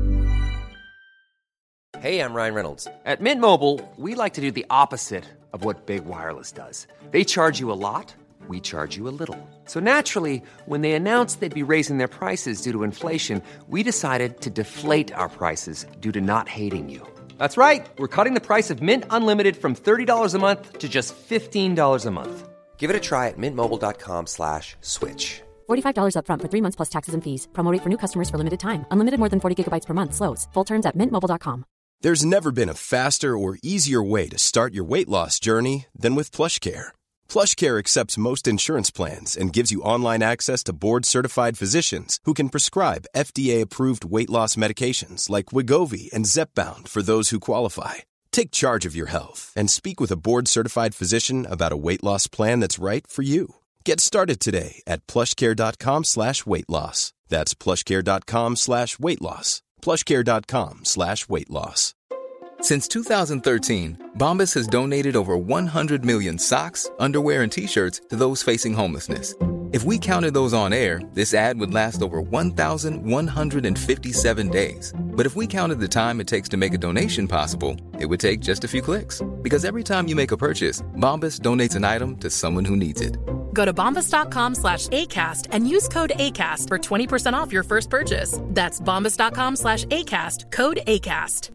Hey, I'm Ryan Reynolds. At Mint Mobile, we like to do the opposite of what Big Wireless does. They charge you a lot, we charge you a little. So naturally, when they announced they'd be raising their prices due to inflation, we decided to deflate our prices due to not hating you. That's right. We're cutting the price of Mint Unlimited from $30 a month to just $15 a month. Give it a try at mintmobile.com/switch. $45 up front for 3 months plus taxes and fees. Promo rate for new customers for limited time. Unlimited more than 40 gigabytes per month. Slows full terms at mintmobile.com. There's never been a faster or easier way to start your weight loss journey than with PlushCare. PlushCare accepts most insurance plans and gives you online access to board-certified physicians who can prescribe FDA-approved weight loss medications like Wegovy and Zepbound for those who qualify. Take charge of your health and speak with a board-certified physician about a weight loss plan that's right for you. Get started today at plushcare.com/weightloss. That's plushcare.com/weightloss. plushcare.com/weightloss. Since 2013, Bombas has donated over 100 million socks, underwear, and T-shirts to those facing homelessness. If we counted those on air, this ad would last over 1,157 days. But if we counted the time it takes to make a donation possible, it would take just a few clicks. Because every time you make a purchase, Bombas donates an item to someone who needs it. Go to bombas.com/ACAST and use code ACAST for 20% off your first purchase. That's bombas.com/ACAST, code ACAST.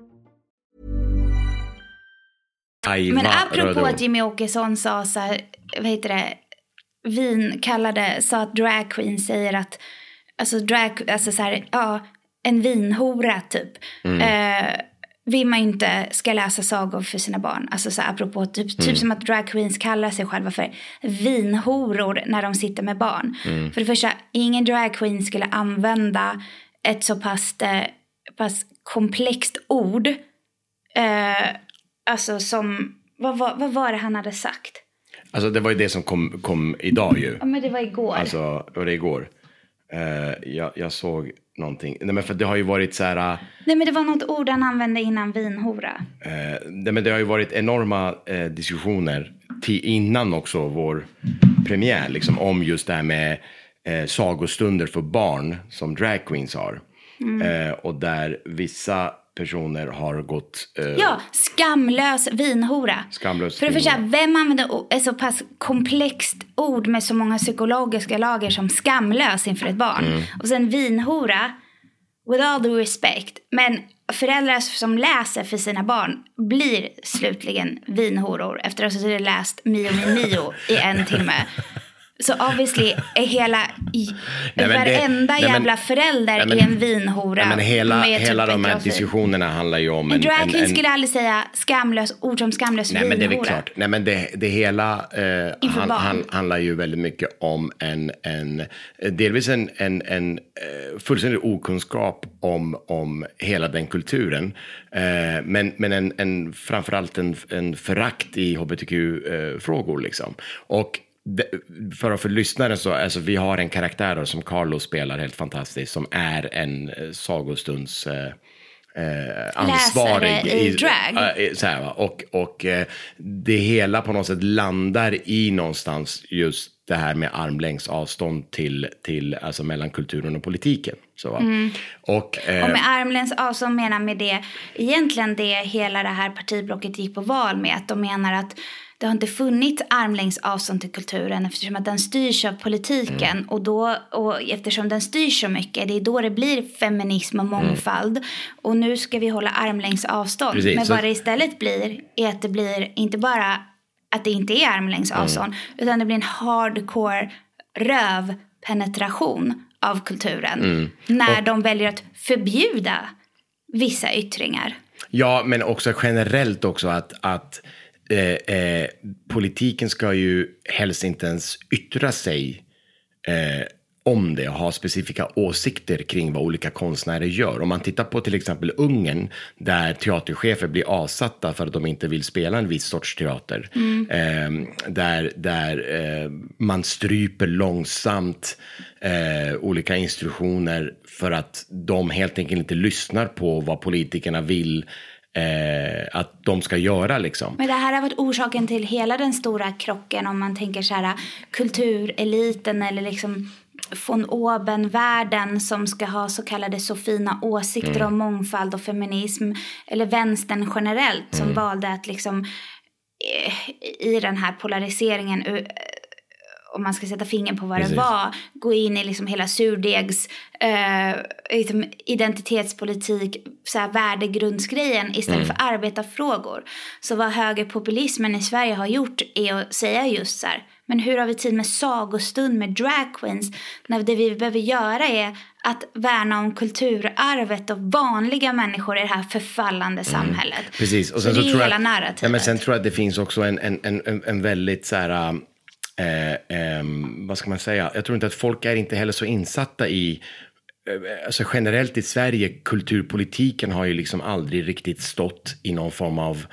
Men apropå att Jimmy Åkesson sa så här, vad heter det, sa att drag queen säger att alltså så här, ja, en vinhora typ vill man inte ska läsa sagor för sina barn. Alltså så här, apropå typ som att drag queens kallar sig själva för vinhoror när de sitter med barn. För det första, ingen drag queen skulle använda ett så pass komplext ord alltså som vad var det han hade sagt? Alltså det var ju det som kom idag ju. Ja, men det var igår. Alltså, var det igår? Jag såg någonting. Nej, men för det har ju varit så här... Nej, men det var något ord han använde innan vinhora. Nej, men det har ju varit enorma diskussioner innan också vår premiär. Liksom, om just det här med sagostunder för barn som drag queens har. Och där vissa personer har gått... Ja, skamlös vinhora. Skamlös för att förstå, vem använder ett så pass komplext ord med så många psykologiska lager som skamlös inför ett barn? Och sen vinhora, with all due respect. Men föräldrar som läser för sina barn blir slutligen vinhoror efter att ha läst Mio min Mio i 1 timme. Så obviously är varenda jävla förälder är en vinhora. Men hela de här diskussionerna handlar ju om en drag queen skulle aldrig säga ord som skamlös vinhora. Men det är väl klart. Nej, men det hela handlar ju väldigt mycket om delvis en fullständig okunskap om hela den kulturen. Men framförallt en förakt i hbtq-frågor liksom. Och för lyssnaren så, alltså vi har en karaktär som Carlos spelar helt fantastiskt, som är en sagostunds ansvarig i drag. Så här, va? Och det hela på något sätt landar i någonstans just det här med armlängds avstånd till alltså mellan kulturen och politiken. Så, va? Och med armlängds avstånd menar med det egentligen det hela det här partiblocket gick på val med, att de menar att det har inte funnits armlängds avstånd till kulturen eftersom att den styrs av politiken och eftersom den styrs så mycket, det är då det blir feminism och mångfald och nu ska vi hålla armlängds avstånd. Precis, men vad det istället blir är att det blir inte bara att det inte är armlängds avstånd utan det blir en hardcore rövpenetration av kulturen när de väljer att förbjuda vissa yttringar. Ja, men också generellt också att politiken ska ju helst inte ens yttra sig om det och ha specifika åsikter kring vad olika konstnärer gör. Om man tittar på till exempel Ungern där teaterchefer blir avsatta för att de inte vill spela en viss sorts teater. Där man stryper långsamt olika instruktioner för att de helt enkelt inte lyssnar på vad politikerna vill att de ska göra liksom. Men det här har varit orsaken till hela den stora krocken om man tänker så här kultureliten eller liksom von oben-världen som ska ha så kallade så fina åsikter om mångfald och feminism eller vänstern generellt som valde att liksom i den här polariseringen om man ska sätta fingret på vad det var, gå in i liksom hela surdegs liksom identitetspolitik, så här värdegrundsgrejen istället för arbetarfrågor. Så vad högerpopulismen i Sverige har gjort är att säga just så här, men hur har vi tid med sagostund med drag queens när det vi behöver göra är att värna om kulturarvet och vanliga människor i det här förfallande samhället. Precis. Och sen så så det är tror hela jag, narrativet. ja, men sen tror jag att det finns också en väldigt så här vad ska man säga? Jag tror inte att folk är inte heller så insatta i alltså generellt i Sverige, kulturpolitiken har ju liksom aldrig riktigt stått i någon form av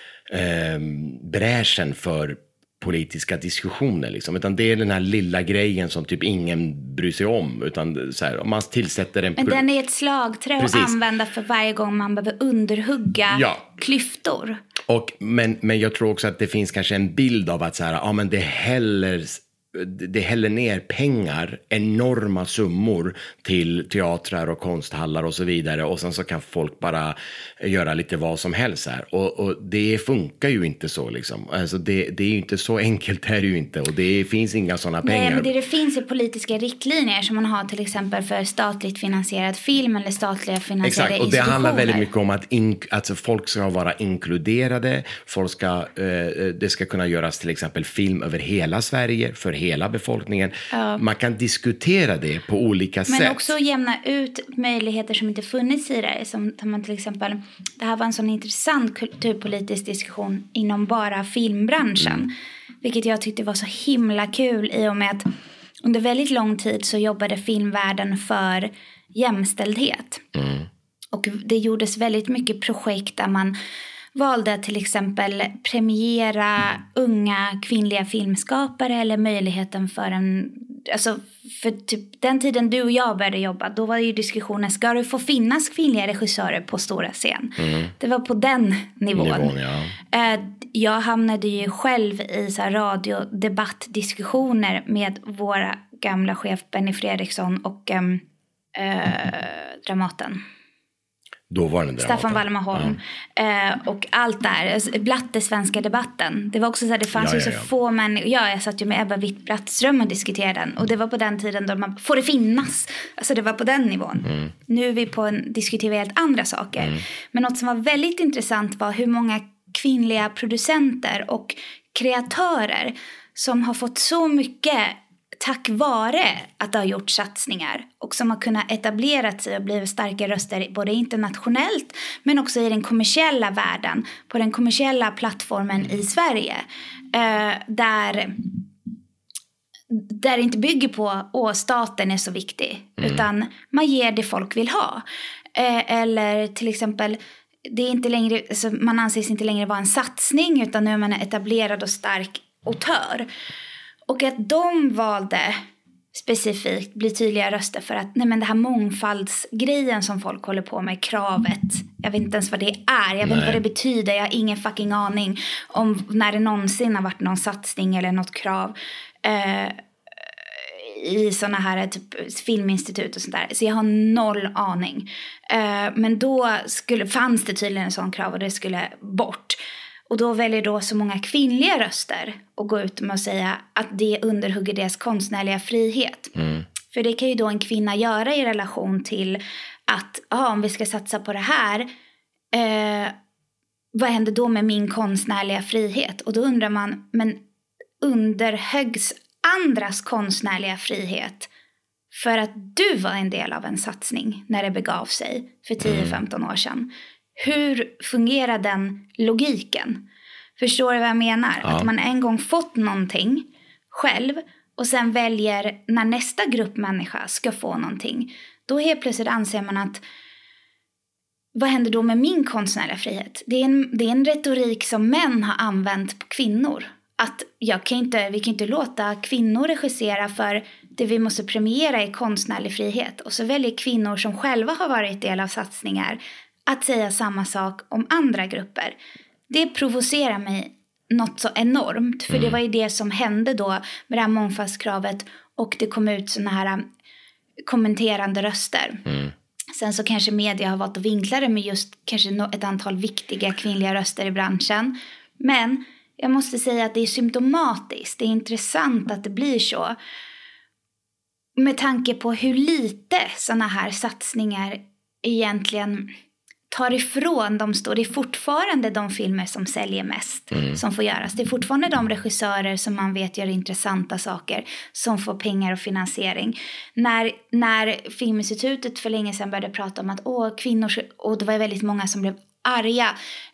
bräschen för politiska diskussioner liksom, utan det är den här lilla grejen som typ ingen bryr sig om, utan så här, om man tillsätter en... Men den är ett slagträ att använda för varje gång man behöver underhugga klyftor. Men jag tror också att det finns kanske en bild av att så här, men det häller ner pengar, enorma summor till teatrar och konsthallar och så vidare, och sen så kan folk bara göra lite vad som helst här, och det funkar ju inte så liksom, alltså det är ju inte så enkelt här ju inte, och det finns inga sådana pengar. Nej, men det finns ju politiska riktlinjer som man har till exempel för statligt finansierad film eller statliga finansierade institutioner. Exakt, och det handlar väldigt mycket om att alltså folk ska vara inkluderade, folk ska, det ska kunna göras till exempel film över hela Sverige, för hela befolkningen. Man kan diskutera det på olika sätt. Men också jämna ut möjligheter som inte funnits i det. Som man till exempel, det här var en sån intressant kulturpolitisk diskussion inom bara filmbranschen. Vilket jag tyckte var så himla kul i och med att under väldigt lång tid så jobbade filmvärlden för jämställdhet. Och det gjordes väldigt mycket projekt där man valde att till exempel premiera unga kvinnliga filmskapare eller möjligheten för alltså för typ den tiden du och jag började jobba, då var det ju diskussionen, ska det få finnas kvinnliga regissörer på stora scen? Det var på den nivån. Jag hamnade ju själv i så här radiodebattdiskussioner med våra gamla chef Benny Fredriksson och Dramaten. Då var det Staffan Wallmarholm och allt där, Blatte svenska debatten. Det var också så här, det fanns ju så få människor. Jag satt ju med Ebba Witt-Brattström och diskuterade den, och det var på den tiden då man får det finnas. Alltså det var på den nivån. Nu är vi diskuterar helt andra saker. Men något som var väldigt intressant var hur många kvinnliga producenter och kreatörer som har fått så mycket tack vare att det har gjort satsningar och som har kunnat etablera sig och blivit starka röster både internationellt men också i den kommersiella världen, på den kommersiella plattformen i Sverige, där det inte bygger på staten är så viktig, utan man ger det folk vill ha. Eller till exempel, det är inte längre, alltså man anses inte längre vara en satsning, utan nu är man etablerad och stark autör. Och att de valde specifikt bli tydliga röster för att nej men det här mångfaldsgrejen som folk håller på med, kravet, jag vet inte ens vad det är, jag vet inte vad det betyder, jag har ingen fucking aning om när det någonsin har varit någon satsning eller något krav i såna här typ filminstitut och sånt där, så jag har noll aning, men då fanns det tydligen en sån krav och det skulle bort. Och då väljer då så många kvinnliga röster att gå ut med att säga att det underhugger deras konstnärliga frihet. För det kan ju då en kvinna göra i relation till att om vi ska satsa på det här, vad händer då med min konstnärliga frihet? Och då undrar man, men underhögs andras konstnärliga frihet för att du var en del av en satsning när det begav sig för 10-15 år sedan? Hur fungerar den logiken? Förstår du vad jag menar? Ja. Att man en gång fått någonting själv och sen väljer när nästa grupp människa ska få någonting. Då helt plötsligt anser man att vad händer då med min konstnärliga frihet? Det är en retorik som män har använt på kvinnor. Att vi kan inte låta kvinnor regissera för det vi måste premiera i konstnärlig frihet. Och så väljer kvinnor som själva har varit del av satsningar att säga samma sak om andra grupper. Det provocerar mig något så enormt. För det var ju det som hände då med det här mångfaldskravet. Och det kom ut såna här kommenterande röster. Sen så kanske media har varit och vinklade med just kanske ett antal viktiga kvinnliga röster i branschen. Men jag måste säga att det är symptomatiskt. Det är intressant att det blir så. Med tanke på hur lite såna här satsningar egentligen tar ifrån de står. Det är fortfarande de filmer som säljer mest som får göras. Det är fortfarande de regissörer som man vet gör intressanta saker som får pengar och finansiering. När Filminstitutet för länge sedan började prata om att kvinnor, och det var väldigt många som blev arga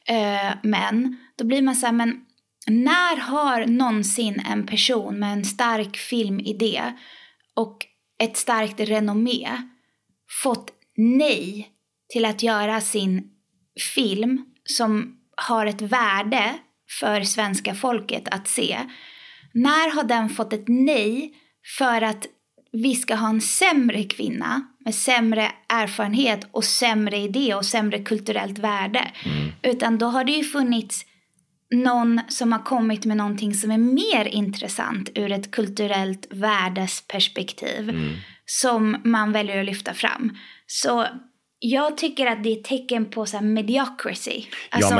men då blir man så här, men när har någonsin en person med en stark filmidé och ett starkt renommé fått nej till att göra sin film som har ett värde för svenska folket att se? När har den fått ett nej för att vi ska ha en sämre kvinna med sämre erfarenhet och sämre idé och sämre kulturellt värde? Utan då har det ju funnits någon som har kommit med någonting som är mer intressant ur ett kulturellt värdesperspektiv som man väljer att lyfta fram. Så jag tycker att det är ett tecken på så här mediocrity. Alltså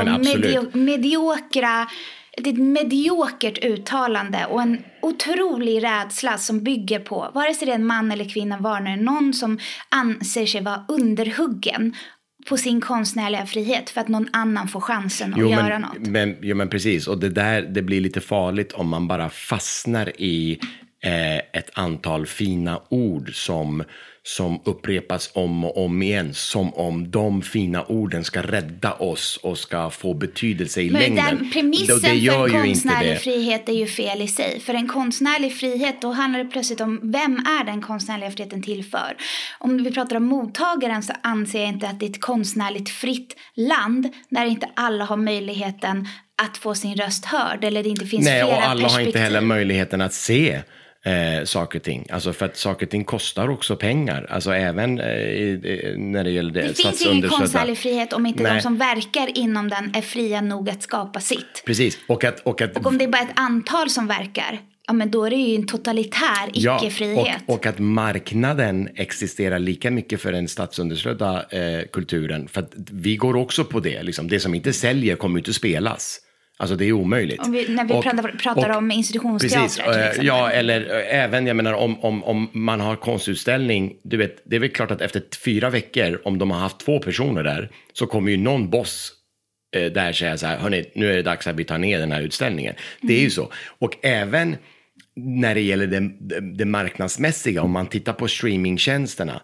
ett mediokert uttalande och en otrolig rädsla som bygger på, vare sig det är en man eller kvinna, någon som anser sig vara underhuggen på sin konstnärliga frihet för att någon annan får chansen att göra något. Men precis, och det blir lite farligt om man bara fastnar i ett antal fina ord som upprepas om och om igen, som om de fina orden ska rädda oss och ska få betydelse i längden. Men den premissen för en konstnärlig frihet är ju fel i sig. För en konstnärlig frihet, då handlar det plötsligt om vem är den konstnärliga friheten till för? Om vi pratar om mottagaren så anser jag inte att det är ett konstnärligt fritt land där inte alla har möjligheten att få sin röst hörd eller det inte finns flera perspektiv. Nej, och alla har inte heller möjligheten att se saker och ting. Alltså för att saker och ting kostar också pengar. Alltså även när det gäller det finns ingen konstnärlig frihet om inte de som verkar inom den är fria nog att skapa sitt. Precis. Och om det är bara ett antal som verkar, ja, men då är det ju en totalitär icke-frihet. Och att marknaden existerar lika mycket för den statsunderstödda kulturen. För att vi går också på det. Liksom. Det som inte säljer kommer inte spelas. Alltså det är omöjligt. När vi pratar om institutionsteatrar. Precis, ja, eller även, jag menar, om man har konstutställning, du vet, det är väl klart att efter 4 veckor, om de har haft 2 personer där, så kommer ju någon boss där säga så här, hörni, nu är det dags att vi tar ner den här utställningen. Det är ju så. Och även när det gäller det marknadsmässiga, om man tittar på streamingtjänsterna,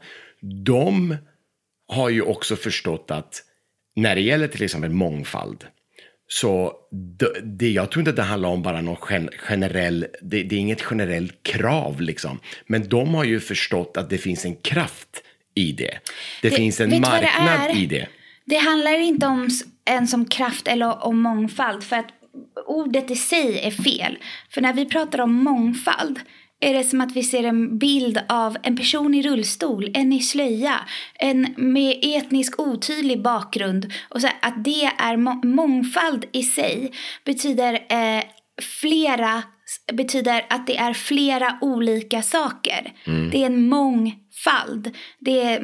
de har ju också förstått att när det gäller till exempel mångfald, så jag tror inte att det handlar om bara någon generell, det är inget generellt krav liksom. Men de har ju förstått att det finns en kraft i det. Det finns en marknad i det. Det handlar inte om ens om kraft eller om mångfald, för att ordet i sig är fel. För när vi pratar om mångfald, är det som att vi ser en bild av en person i rullstol, en i slöja, en med etnisk otydlig bakgrund. Och så att det är mångfald i sig betyder att det är flera olika saker. Det är en mångfald. Det är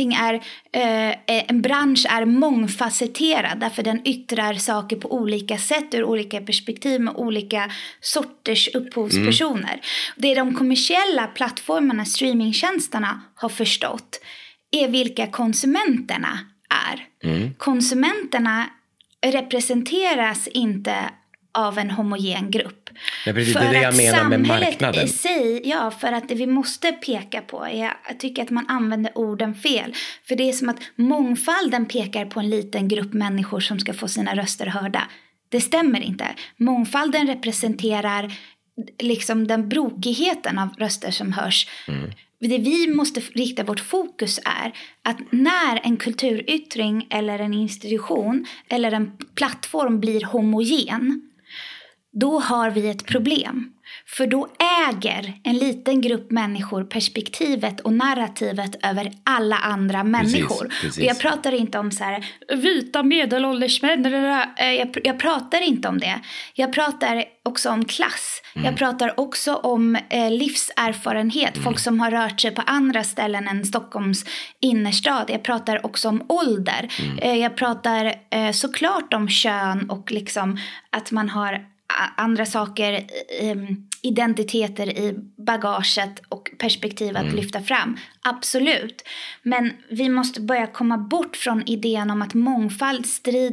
en bransch är mångfacetterad därför den yttrar saker på olika sätt ur olika perspektiv med olika sorters upphovspersoner. Det de kommersiella plattformarna, streamingtjänsterna har förstått är vilka konsumenterna är. Konsumenterna representeras inte av en homogen grupp. Nej, precis, det är det jag menar med marknaden. I sig, för att det vi måste peka på är, jag tycker att man använder orden fel. För det är som att mångfalden pekar på en liten grupp människor som ska få sina röster hörda. Det stämmer inte. Mångfalden representerar liksom den brokigheten av röster som hörs. Det vi måste rikta vårt fokus är att när en kulturyttring eller en institution eller en plattform blir homogen, då har vi ett problem. För då äger en liten grupp människor perspektivet och narrativet över alla andra människor. Precis. Och jag pratar inte om så här vita medelålders män. Jag pratar inte om det. Jag pratar också om klass. Jag pratar också om livserfarenhet. Folk som har rört sig på andra ställen än Stockholms innerstad. Jag pratar också om ålder. Jag pratar såklart om kön och liksom att man har andra saker, identiteter i bagaget och perspektiv att lyfta fram. Absolut. Men vi måste börja komma bort från idén om att mångfald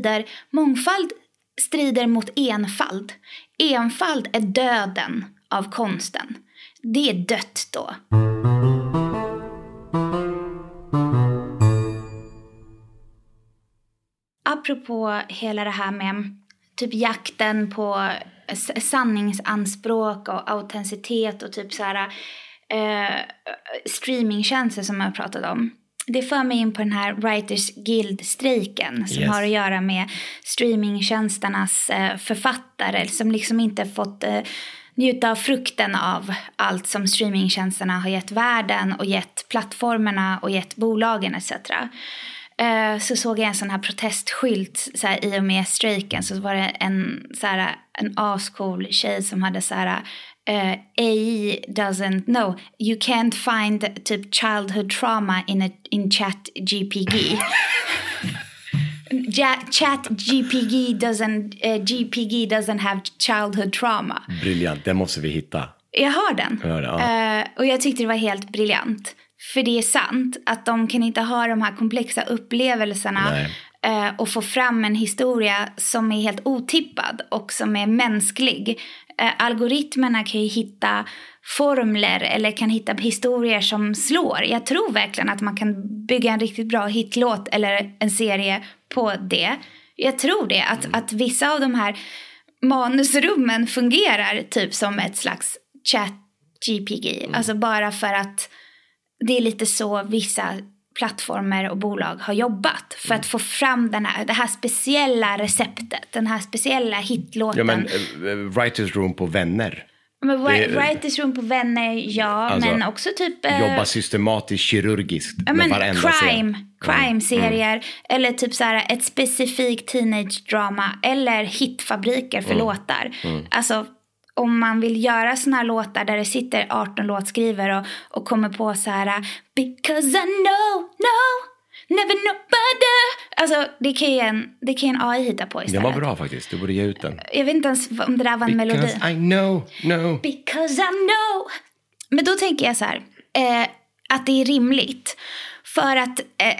strider mot enfald. Enfald är döden av konsten. Det är dött då. Apropå hela det här med typ jakten på sanningsanspråk och autenticitet och typ så här streamingtjänster som jag pratade om. Det för mig in på den här Writers Guild-strejken som har att göra med streamingtjänsternas författare som liksom inte fått njuta av frukten av allt som streamingtjänsterna har gett världen och gett plattformarna och gett bolagen etc. Så såg jag en sån här protestskylt så här, i och med strejken, så var det en ascool tjej som hade så här AI doesn't know, you can't find typ childhood trauma in chat GPG. Chat GPG doesn't have childhood trauma. Briljant, det måste vi hitta. Jag har den. Och jag tyckte det var helt briljant. För det är sant att de kan inte ha de här komplexa upplevelserna och få fram en historia som är helt otippad och som är mänsklig. Algoritmerna kan ju hitta formler eller kan hitta historier som slår. Jag tror verkligen att man kan bygga en riktigt bra hitlåt eller en serie på det. Jag tror det, att vissa av de här manusrummen fungerar typ som ett slags chat GPG. Alltså bara för att det är lite så vissa plattformar och bolag har jobbat för att få fram det här speciella receptet, den här speciella hitlåten. Ja, men Writers Room på Vänner. Men Writers Room på Vänner, alltså, men också typ jobba systematiskt, kirurgiskt med varenda crime-serier eller typ så här ett specifikt teenage-drama eller hitfabriker för låtar. Alltså om man vill göra såna här låtar där det sitter 18 låtskrivare och kommer på så här because I know, never know better. Alltså det kan en AI hitta på istället. Det var bra faktiskt, du borde ge ut den. Jag vet inte ens om det där var en melodi. Because I know. Because I know. Men då tänker jag så här att det är rimligt för att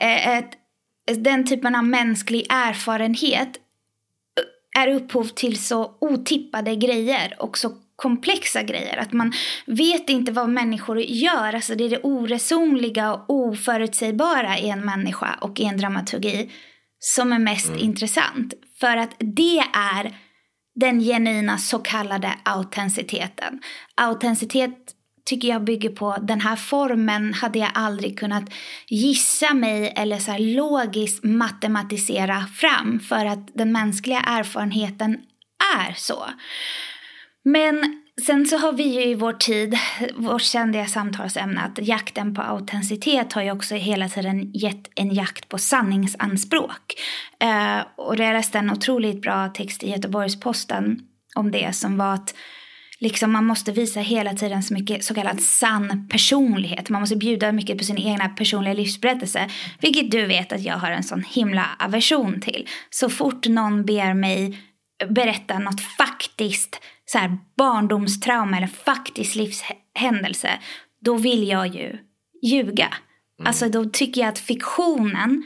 den typen av mänsklig erfarenhet är upphov till så otippade grejer och så komplexa grejer. Att man vet inte vad människor gör. Alltså det är det oresonliga och oförutsägbara i en människa och i en dramaturgi som är mest intressant. För att det är den genuina så kallade autenticiteten. Autenticitet tycker jag bygger på den här formen hade jag aldrig kunnat gissa mig eller så här logiskt matematisera fram för att den mänskliga erfarenheten är så. Men Sen så har vi ju i vår tid, vårt ständiga samtalsämne, att jakten på autenticitet har ju också hela tiden gett en jakt på sanningsanspråk. Och det läste en otroligt bra text i Göteborgs-Posten om det, som var att liksom man måste visa hela tiden så mycket så kallad sann personlighet. Man måste bjuda mycket på sin egna personliga livsberättelse. Vilket du vet att jag har en sån himla aversion till. Så fort någon ber mig berätta något faktiskt så här barndomstrauma eller faktisk livshändelse, då vill jag ju ljuga. Alltså då tycker jag att fiktionen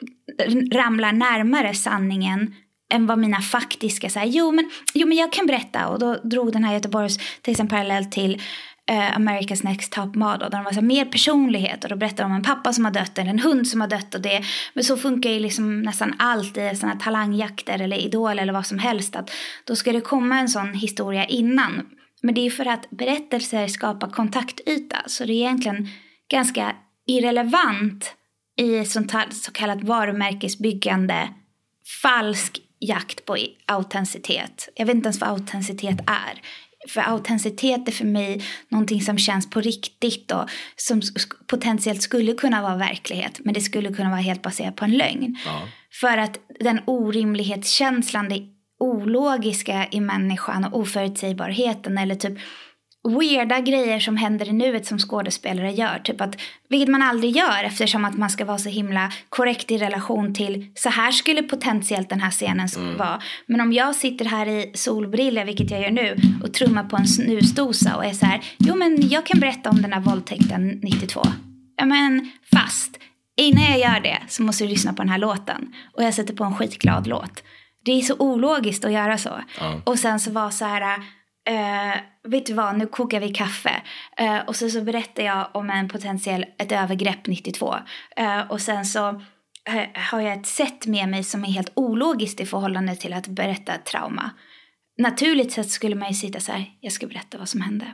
ramlar närmare sanningen än vad mina faktiska så här, jo men jag kan berätta. Och då drog den här Göteborgs till exempel parallell till America's Next Top Model, där de var så här, mer personlighet, och då berättar de om en pappa som har dött eller en hund som har dött, och det, men så funkar ju liksom nästan allt i såna talangjakter eller idol eller vad som helst, att då ska det komma en sån historia innan. Men det är ju för att berättelser skapar kontaktyta, så det är egentligen ganska irrelevant i sånt här så kallat varumärkesbyggande falsk jakt på autenticitet. Jag vet inte ens vad autenticitet är. För autenticitet är för mig någonting som känns på riktigt och som potentiellt skulle kunna vara verklighet, men det skulle kunna vara helt baserat på en lögn. Ja. För att den orimlighetskänslan, det ologiska i människan och oförutsägbarheten eller typ weirda grejer som händer i nuet som skådespelare gör. Typ att, vilket man aldrig gör eftersom att man ska vara så himla korrekt i relation till så här skulle potentiellt den här scenen vara. Men om jag sitter här i solbriller, vilket jag gör nu, och trummar på en snusdosa och är så här, jo men jag kan berätta om den här våldtäkten 92. Ja men fast, innan jag gör det så måste du lyssna på den här låten. Och jag sätter på en skitglad låt. Det är så ologiskt att göra så. Och sen så var så här... vet du vad, nu kokar vi kaffe och så berättar jag om ett övergrepp 92 och sen så har jag ett sätt med mig som är helt ologiskt i förhållande till att berätta ett trauma. Naturligt sett skulle man ju sitta så här, jag ska berätta vad som hände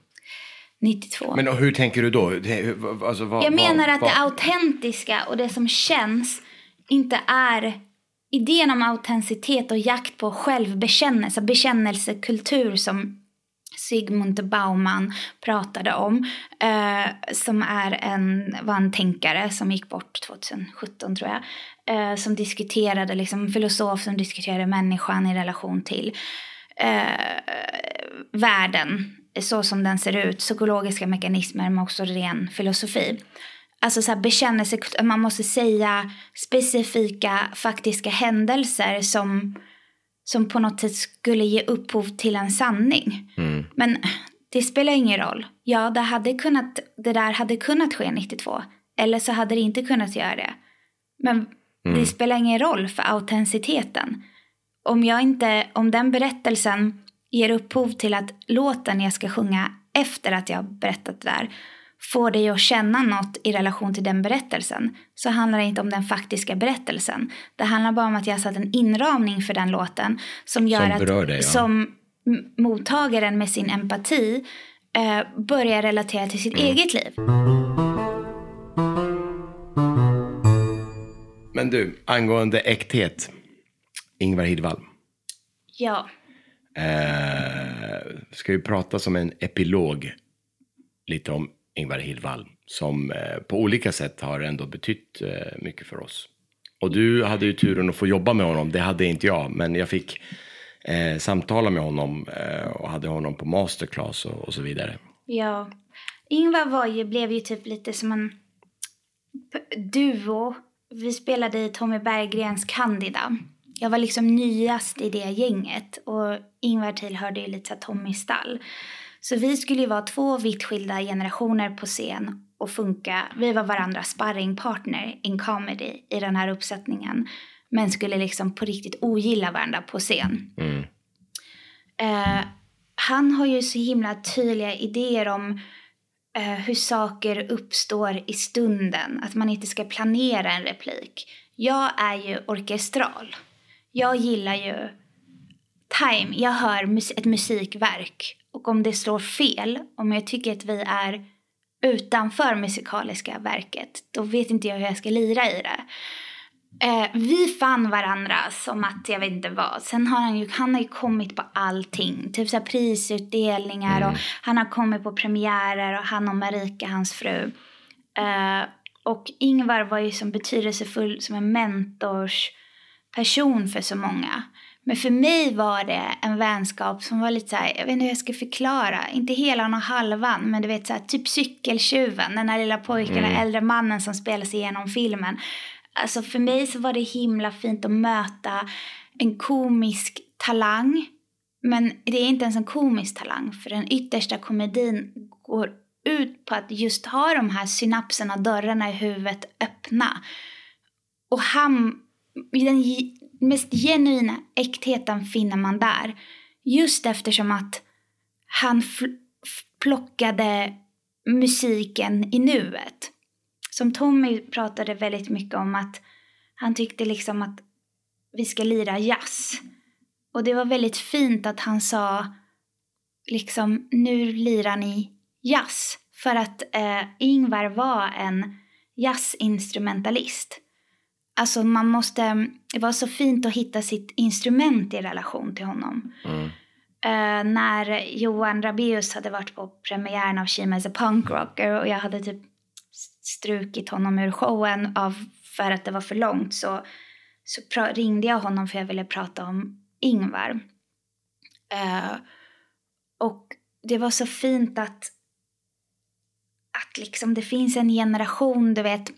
92. Men hur tänker du då? Alltså, jag menar att det autentiska och det som känns inte är idén om autenticitet och jakt på självbekännelse, bekännelsekultur som Zygmunt Bauman pratade om, som var en tänkare som gick bort 2017 tror jag, som diskuterade, liksom filosof som diskuterade människan i relation till världen så som den ser ut, psykologiska mekanismer men också ren filosofi. Alltså så här bekännelse, man måste säga specifika faktiska händelser som på något sätt skulle ge upphov till en sanning. Men det spelar ingen roll. Ja, det där hade kunnat ske 92. Eller så hade det inte kunnat göra det. Men det spelar ingen roll för autenticiteten. Om den berättelsen ger upphov till att låten jag ska sjunga efter att jag berättat det där får dig att känna något i relation till den berättelsen, så handlar det inte om den faktiska berättelsen. Det handlar bara om att jag har satt en inramning för den låten som gör att som mottagaren med sin empati börjar relatera till sitt eget liv. Men du, angående äkthet, Ingvar Hirdwall. Ja. Ska vi prata som en epilog lite om Ingvar Hirdwall, som på olika sätt har ändå betytt mycket för oss. Och du hade ju turen att få jobba med honom, det hade inte jag, men jag fick samtala med honom och hade honom på masterclass och så vidare. Ja, Ingvar blev ju typ lite som en duo. Vi spelade i Tommy Berggrens Candida. Jag var liksom nyast i det gänget och Ingvar tillhörde ju lite så Tommys stall. Så vi skulle ju vara 2 vitt skilda generationer på scen och funka. Vi var varandras sparringpartner in comedy i den här uppsättningen. Men skulle liksom på riktigt ogilla varandra på scen. Han har ju så himla tydliga idéer om hur saker uppstår i stunden. Att man inte ska planera en replik. Jag är ju orkestral. Jag gillar ju time. Jag hör ett musikverk. Och om det slår fel, om jag tycker att vi är utanför musikaliska verket, då vet inte jag hur jag ska lira i det. Vi fann varandra som att jag vet inte vad. Sen har han har ju kommit på allting. Typ så här prisutdelningar. Och han har kommit på premiärer. Och han och Marika, hans fru. Och Ingvar var ju som betydelsefull som en mentorsperson för så många. Men för mig var det en vänskap som var lite så här, jag vet inte hur jag ska förklara. Inte hela och halvan, men du vet så här, typ cykeltjuven. Den här lilla pojken, den äldre mannen som spelas igenom filmen. Alltså för mig så var det himla fint att möta en komisk talang. Men det är inte ens en komisk talang, för den yttersta komedin går ut på att just ha de här synapserna, dörrarna i huvudet öppna. Och den mest genuina äktheten finner man där. Just eftersom att han plockade musiken i nuet. Som Tommy pratade väldigt mycket om, att han tyckte liksom att vi ska lira jazz. Och det var väldigt fint att han sa liksom, nu lirar ni jazz. För att Ingvar var en jazzinstrumentalist. Alltså det var så fint att hitta sitt instrument i relation till honom. När Johan Rabaeus hade varit på premiären av She as a Punk Rocker och jag hade typ strukit honom ur showen för att det var för långt, så ringde jag honom för jag ville prata om Ingvar. Och det var så fint att liksom det finns en generation, du vet,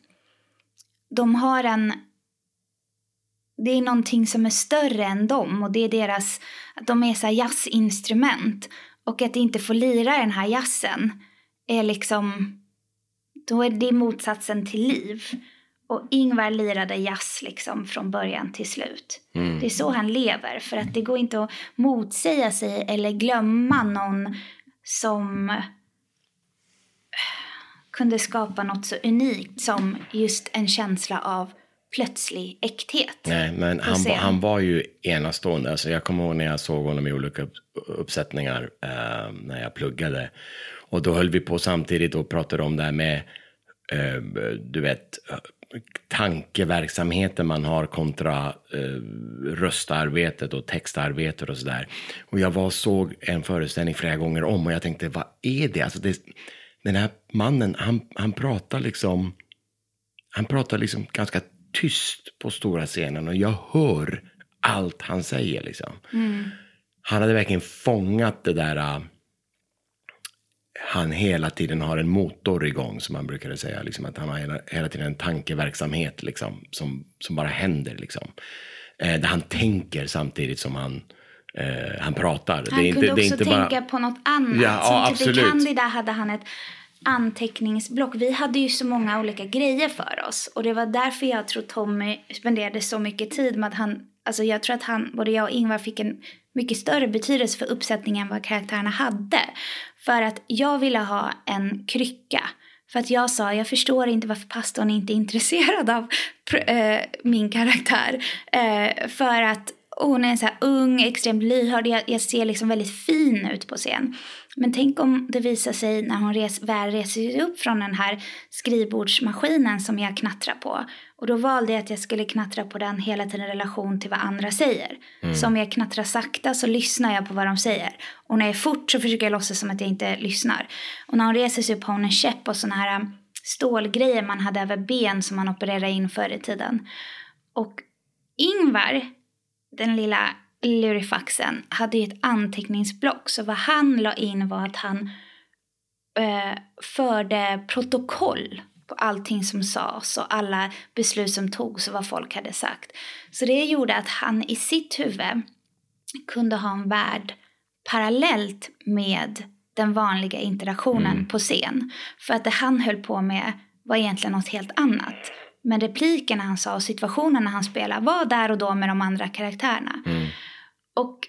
det är någonting som är större än dem, och det är att de är så här jazzinstrument, och att inte få lira den här jazzen är liksom, då är det motsatsen till liv. Och Ingvar lirade jazz liksom från början till slut. Det är så han lever, för att det går inte att motsäga sig eller glömma någon som kunde skapa något så unikt som just en känsla av plötslig äkthet. Nej, men han var ju enastående. Alltså jag kommer ihåg när jag såg honom i olika uppsättningar när jag pluggade. Och då höll vi på samtidigt och pratade om det här med du vet, tankeverksamheten man har kontra röstarbetet och textarbetet och sådär. Och jag såg en föreställning flera gånger om och jag tänkte, vad är det? Alltså den här mannen, han pratar liksom ganska tyst på stora scenen och jag hör allt han säger liksom. Han hade verkligen fångat det där, han hela tiden har en motor igång, som man brukade säga, liksom, att han har hela tiden en tankeverksamhet liksom, som bara händer liksom. Där han tänker samtidigt som han pratar. Han kunde också tänka på något annat. Ja, som absolut. Typ i Candida hade han ett anteckningsblock. Vi hade ju så många olika grejer för oss. Och det var därför jag tror Tommy spenderade så mycket tid med att alltså jag tror att både jag och Ingvar fick en mycket större betydelse för uppsättningen än vad karaktärerna hade. För att jag ville ha en krycka. För att jag sa, jag förstår inte varför pastorn inte är intresserad av min karaktär. För att hon är en så här ung, extremt lyhörd. Jag ser liksom väldigt fin ut på scen. Men tänk om det visar sig när hon väl reser upp från den här skrivbordsmaskinen som jag knattrar på. Och då valde jag att jag skulle knattra på den hela tiden i relation till vad andra säger. Så om jag knattrar sakta så lyssnar jag på vad de säger. Och när jag är fort så försöker jag låtsas som att jag inte lyssnar. Och när hon reser sig upp har hon en käpp och såna här stålgrejer man hade över ben som man opererade in förr i tiden. Och Ingvar, den lilla lurifaxen, hade ju ett anteckningsblock. Så vad han la in var att han förde protokoll på allting som sades och alla beslut som togs och vad folk hade sagt. Så det gjorde att han i sitt huvud kunde ha en värld parallellt med den vanliga interaktionen på scen. För att det han höll på med var egentligen något helt annat. Men replikerna han sa och situationerna han spelade var där och då med de andra karaktärerna. Och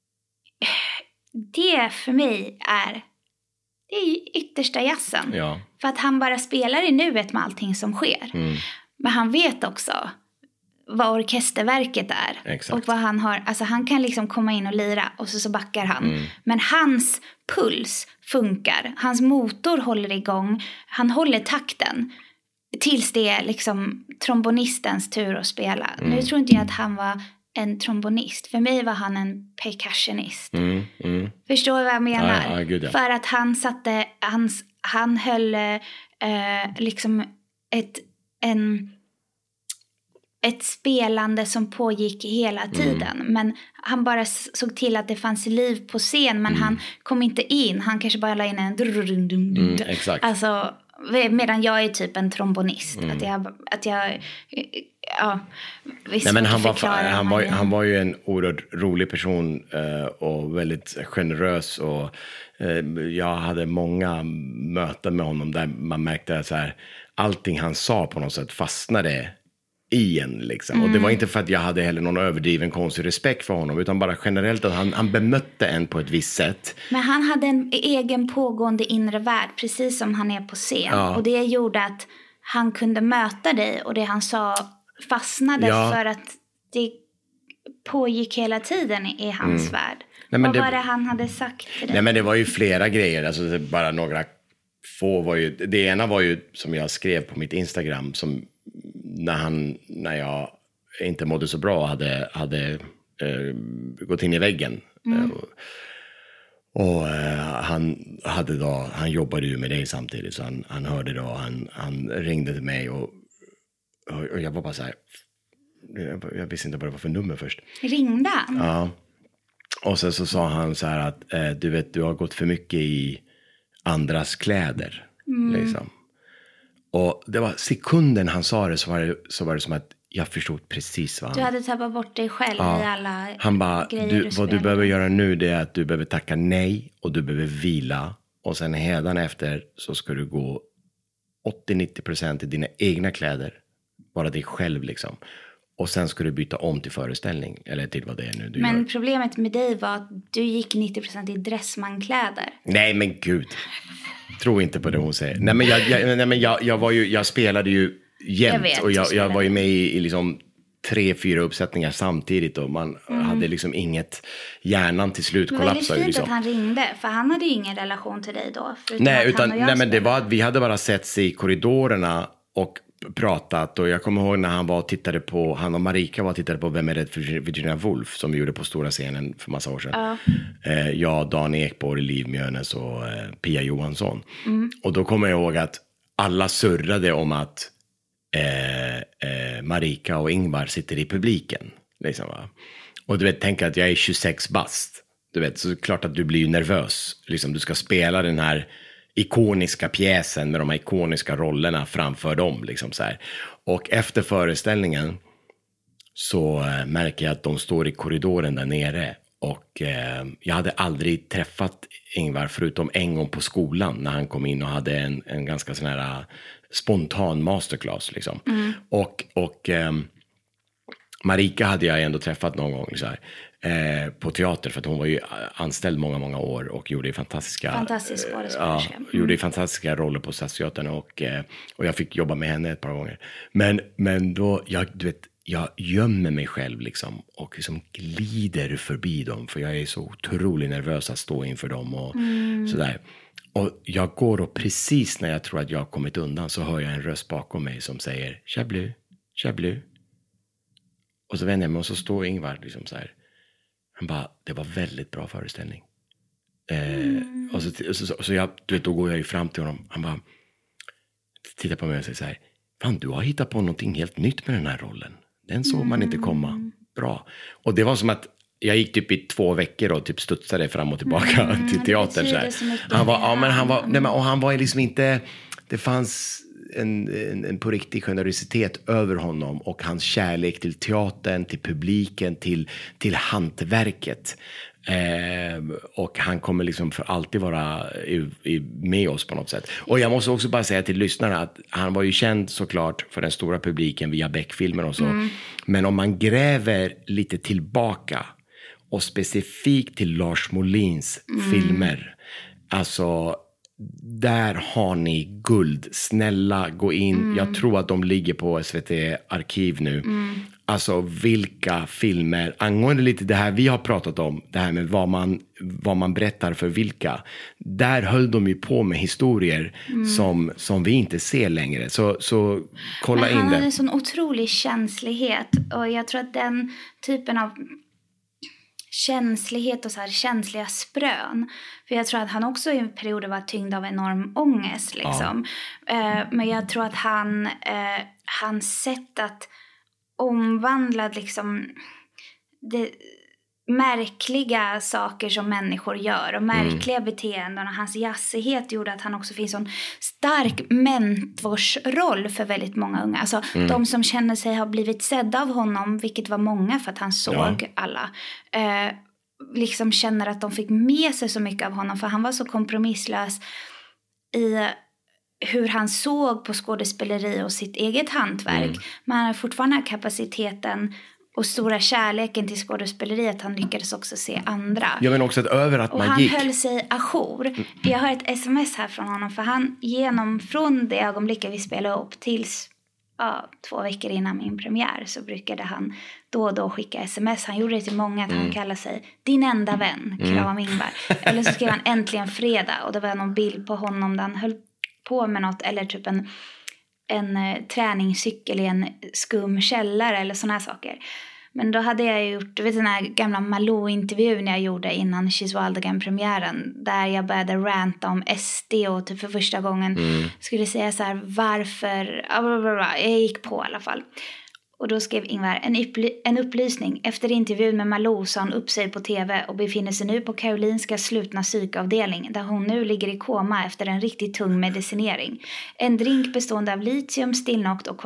det för mig det är yttersta jazzen. Ja. För att han bara spelar i nuet med allting som sker. Men han vet också vad orkesterverket är. Exakt. Och vad han har. Alltså han kan liksom komma in och lira och så backar han. Men hans puls funkar. Hans motor håller igång. Han håller takten. tills det är liksom trombonistens tur att spela. Nu tror inte jag att han var en trombonist. För mig var han en percussionist. Förstår du vad jag menar? Ja, gud, ja. För att han höll liksom ett spelande som pågick hela tiden. Men han bara såg till att det fanns liv på scen. Men han kom inte in. Han kanske bara la in en... Exakt. Alltså, medan jag är typ en trombonist. Att jag Nej, men han var ju en oerhört rolig person och väldigt generös. Och jag hade många möten med honom där man märkte så här, allting han sa på något sätt fastnade i en liksom. Och det var inte för att jag hade heller någon överdriven konstig respekt för honom, utan bara generellt att han bemötte en på ett visst sätt. Men han hade en egen pågående inre värld, precis som han är på scen. Ja. Och det gjorde att han kunde möta dig och det han sa fastnade för att det pågick hela tiden i hans värld. Nej, vad var det han hade sagt till dig? Nej, men det var ju flera grejer, alltså bara några få var ju, det ena var ju som jag skrev på mitt Instagram, som när jag inte mådde så bra hade gått in i väggen. Och han jobbade ju med dig samtidigt, så han hörde det och han ringde till mig och jag var bara så här, jag visste inte vad det var för nummer först. Ringde han? Ja. Och sen så sa han så här att du vet, du har gått för mycket i andras kläder liksom. Och det var sekunden han sa det så var det som att jag förstod precis vad han... Du hade tappat bort dig själv i alla han bara, vad du behöver göra nu, det är att du behöver tacka nej och du behöver vila. Och sen hädanefter så ska du gå 80-90% i dina egna kläder. Bara dig själv liksom. Och sen ska du byta om till föreställning. Eller till vad det är nu du Men gör. Problemet med dig var att du gick 90% i dressmankläder. Nej men gud. Tro inte på det hon säger. Nej men jag spelade ju jämt. Och jag var ju med i liksom 3-4 uppsättningar samtidigt. Och man hade liksom inget, hjärnan till slut kollapsade. Men väldigt fint liksom. att han ringde. För han hade ju ingen relation till dig då. Nej men det var att vi hade bara sett sig i korridorerna och pratat. Och jag kommer ihåg när han och Marika tittade på Vem är rädd för Virginia Woolf, som vi gjorde på stora scenen för massa år sedan. Jag, Dan Ekborg, Liv Mjönes och Pia Johansson. Och då kommer jag ihåg att alla surrade om att Marika och Ingvar sitter i publiken liksom, va? Och du vet, tänk att jag är 26 bast. Du vet, så klart att du blir ju nervös liksom, du ska spela den här ikoniska pjäsen med de här ikoniska rollerna framför dem liksom så här. Och efter föreställningen så märker jag att de står i korridoren där nere. Och jag hade aldrig träffat Ingvar förutom en gång på skolan när han kom in och hade en ganska sån här spontan masterclass liksom. Och Marika hade jag ändå träffat någon gång så här, på teater, för att hon var ju anställd många år och gjorde fantastiska gjorde fantastiska roller på Stadsteatern och jag fick jobba med henne ett par gånger. Men då jag gömmer mig själv liksom och liksom glider förbi dem, för jag är så otroligt nervös att stå inför dem och sådär. Och jag går, och precis när jag tror att jag har kommit undan så hör jag en röst bakom mig som säger Chablu, Chablu. Och så vänder jag mig och så står Ingvar liksom så här. Han bara, det var väldigt bra föreställning. Och så jag, du vet, då går jag ju fram till honom. Han bara tittar på mig och säger så här: fan, du har hittat på någonting helt nytt med den här rollen. Den såg man inte komma. Bra. Och det var som att jag gick typ i 2 veckor och typ studsade fram och tillbaka till teatern. Så här. Han var liksom inte, det fanns en på riktig generositet över honom och hans kärlek till teatern, till publiken, till hantverket. Och han kommer liksom för alltid vara med oss på något sätt. Och jag måste också bara säga till lyssnarna att han var ju känd såklart för den stora publiken via Beck-filmer och så. Men om man gräver lite tillbaka och specifikt till Lars Molins filmer, alltså där har ni guld. Snälla, gå in. Jag tror att de ligger på SVT Arkiv nu. Alltså vilka filmer, angående lite det här vi har pratat om, det här med vad man berättar för vilka. Där höll de ju på med historier som vi inte ser längre. Så kolla in det. Han hade en sån otrolig känslighet, och jag tror att den typen av känslighet och så här känsliga sprön, för jag tror att han också i perioder var tyngd av enorm ångest liksom. Men jag tror att hans sätt att omvandla liksom det märkliga saker som människor gör och märkliga beteenden, och hans jassighet gjorde att han också finns en stark mentorsroll för väldigt många unga. Alltså de som känner sig ha blivit sedda av honom, vilket var många för att han såg alla, liksom känner att de fick med sig så mycket av honom, för han var så kompromisslös i hur han såg på skådespeleri och sitt eget hantverk. Men han har fortfarande kapaciteten och stora kärleken till skådespeleriet. Han lyckades också se andra. Jag menar också att över att man gick. Och han höll sig ajour. Jag har ett sms här från honom. För han från det ögonblicket vi spelade upp tills 2 veckor innan min premiär, så brukade han då och då skicka sms. Han gjorde det till många att han kallar sig din enda vän, Kram Ingvar. Eller så skrev han äntligen fredag, och det var någon bild på honom där han höll på med något, eller typ en träningscykel i en skum källare eller såna här saker. Men då hade jag gjort, du vet den här gamla Malou-intervjun jag gjorde innan She's Wild Again-premiären, där jag började ranta om SD och typ för första gången skulle säga så här, varför, jag gick på i alla fall. Och då skrev Ingvar, en upplysning. Efter intervjun med Malou sa hon upp sig på tv och befinner sig nu på Karolinska slutna psykavdelning, där hon nu ligger i koma efter en riktigt tung medicinering. En drink bestående av litium, stillnokt och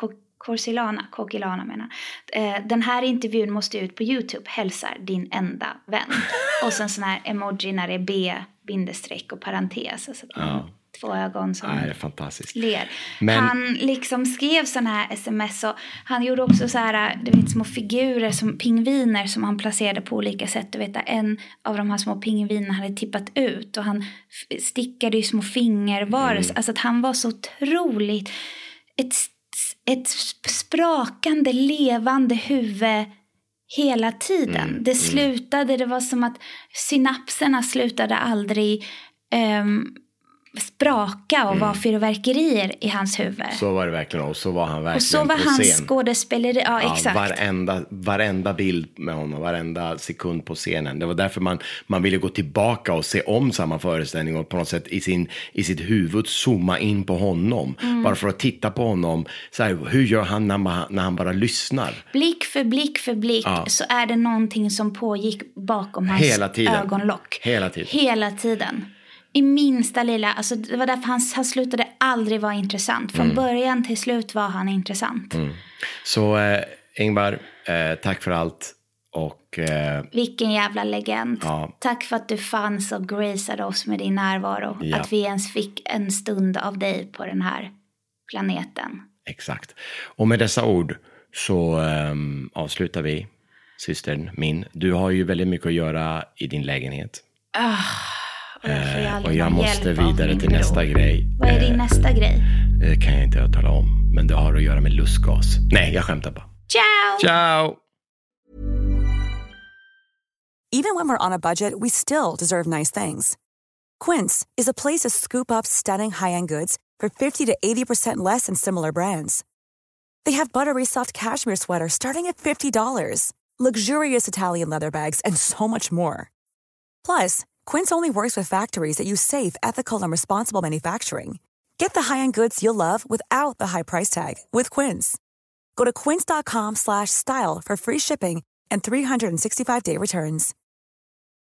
kokilana menar. Den här intervjun måste ut på YouTube. Hälsar din enda vän. Och sen sån här emoji när det är B-bindestreck och parentes. Alltså 2 ögon som det är fantastiskt. ler. Men han liksom skrev sån här sms, och han gjorde också så här, du vet, små figurer som pingviner som han placerade på olika sätt. Du vet, en av de här små pingvinerna hade tippat ut, och han stickade ju små fingervarelser. Alltså att han var så otroligt ett sprakande, levande huvud hela tiden. Det var som att synapserna slutade aldrig spraka och var fyrverkerier i hans huvud. Så var det verkligen, och så var han verkligen. Och så var hans skådespeleri, exakt. Varenda bild med honom, varenda sekund på scenen. Det var därför man ville gå tillbaka och se om samma föreställning och på något sätt i sitt huvud zooma in på honom. Bara för att titta på honom. Så här, hur gör han när han bara lyssnar? Blick för blick så är det någonting som pågick bakom hans ögonlock. Hela tiden. I minsta lilla, alltså det var därför han slutade aldrig vara intressant. Från början till slut var han intressant. Så Ingvar, tack för allt. Och vilken jävla legend. Tack för att du fanns och graceade oss med din närvaro. Att vi ens fick en stund av dig på den här planeten. Exakt. Och med dessa ord så avslutar vi, systern min. Du har ju väldigt mycket att göra i din lägenhet. Och jag måste vidare till nästa grej. Vad är din nästa grej? Det kan jag inte tala om. Men det har att göra med lustgas. Nej, jag skämtar bara. Ciao! Even when we're on a budget, we still deserve nice things. Quince is a place to scoop up stunning high-end goods for 50 to 80% less than similar brands. They have buttery soft cashmere sweaters starting at $50, luxurious Italian leather bags, and so much more. Plus, Quince only works with factories that use safe, ethical, and responsible manufacturing. Get the high-end goods you'll love without the high price tag with Quince. Go to quince.com/style for free shipping and 365-day returns.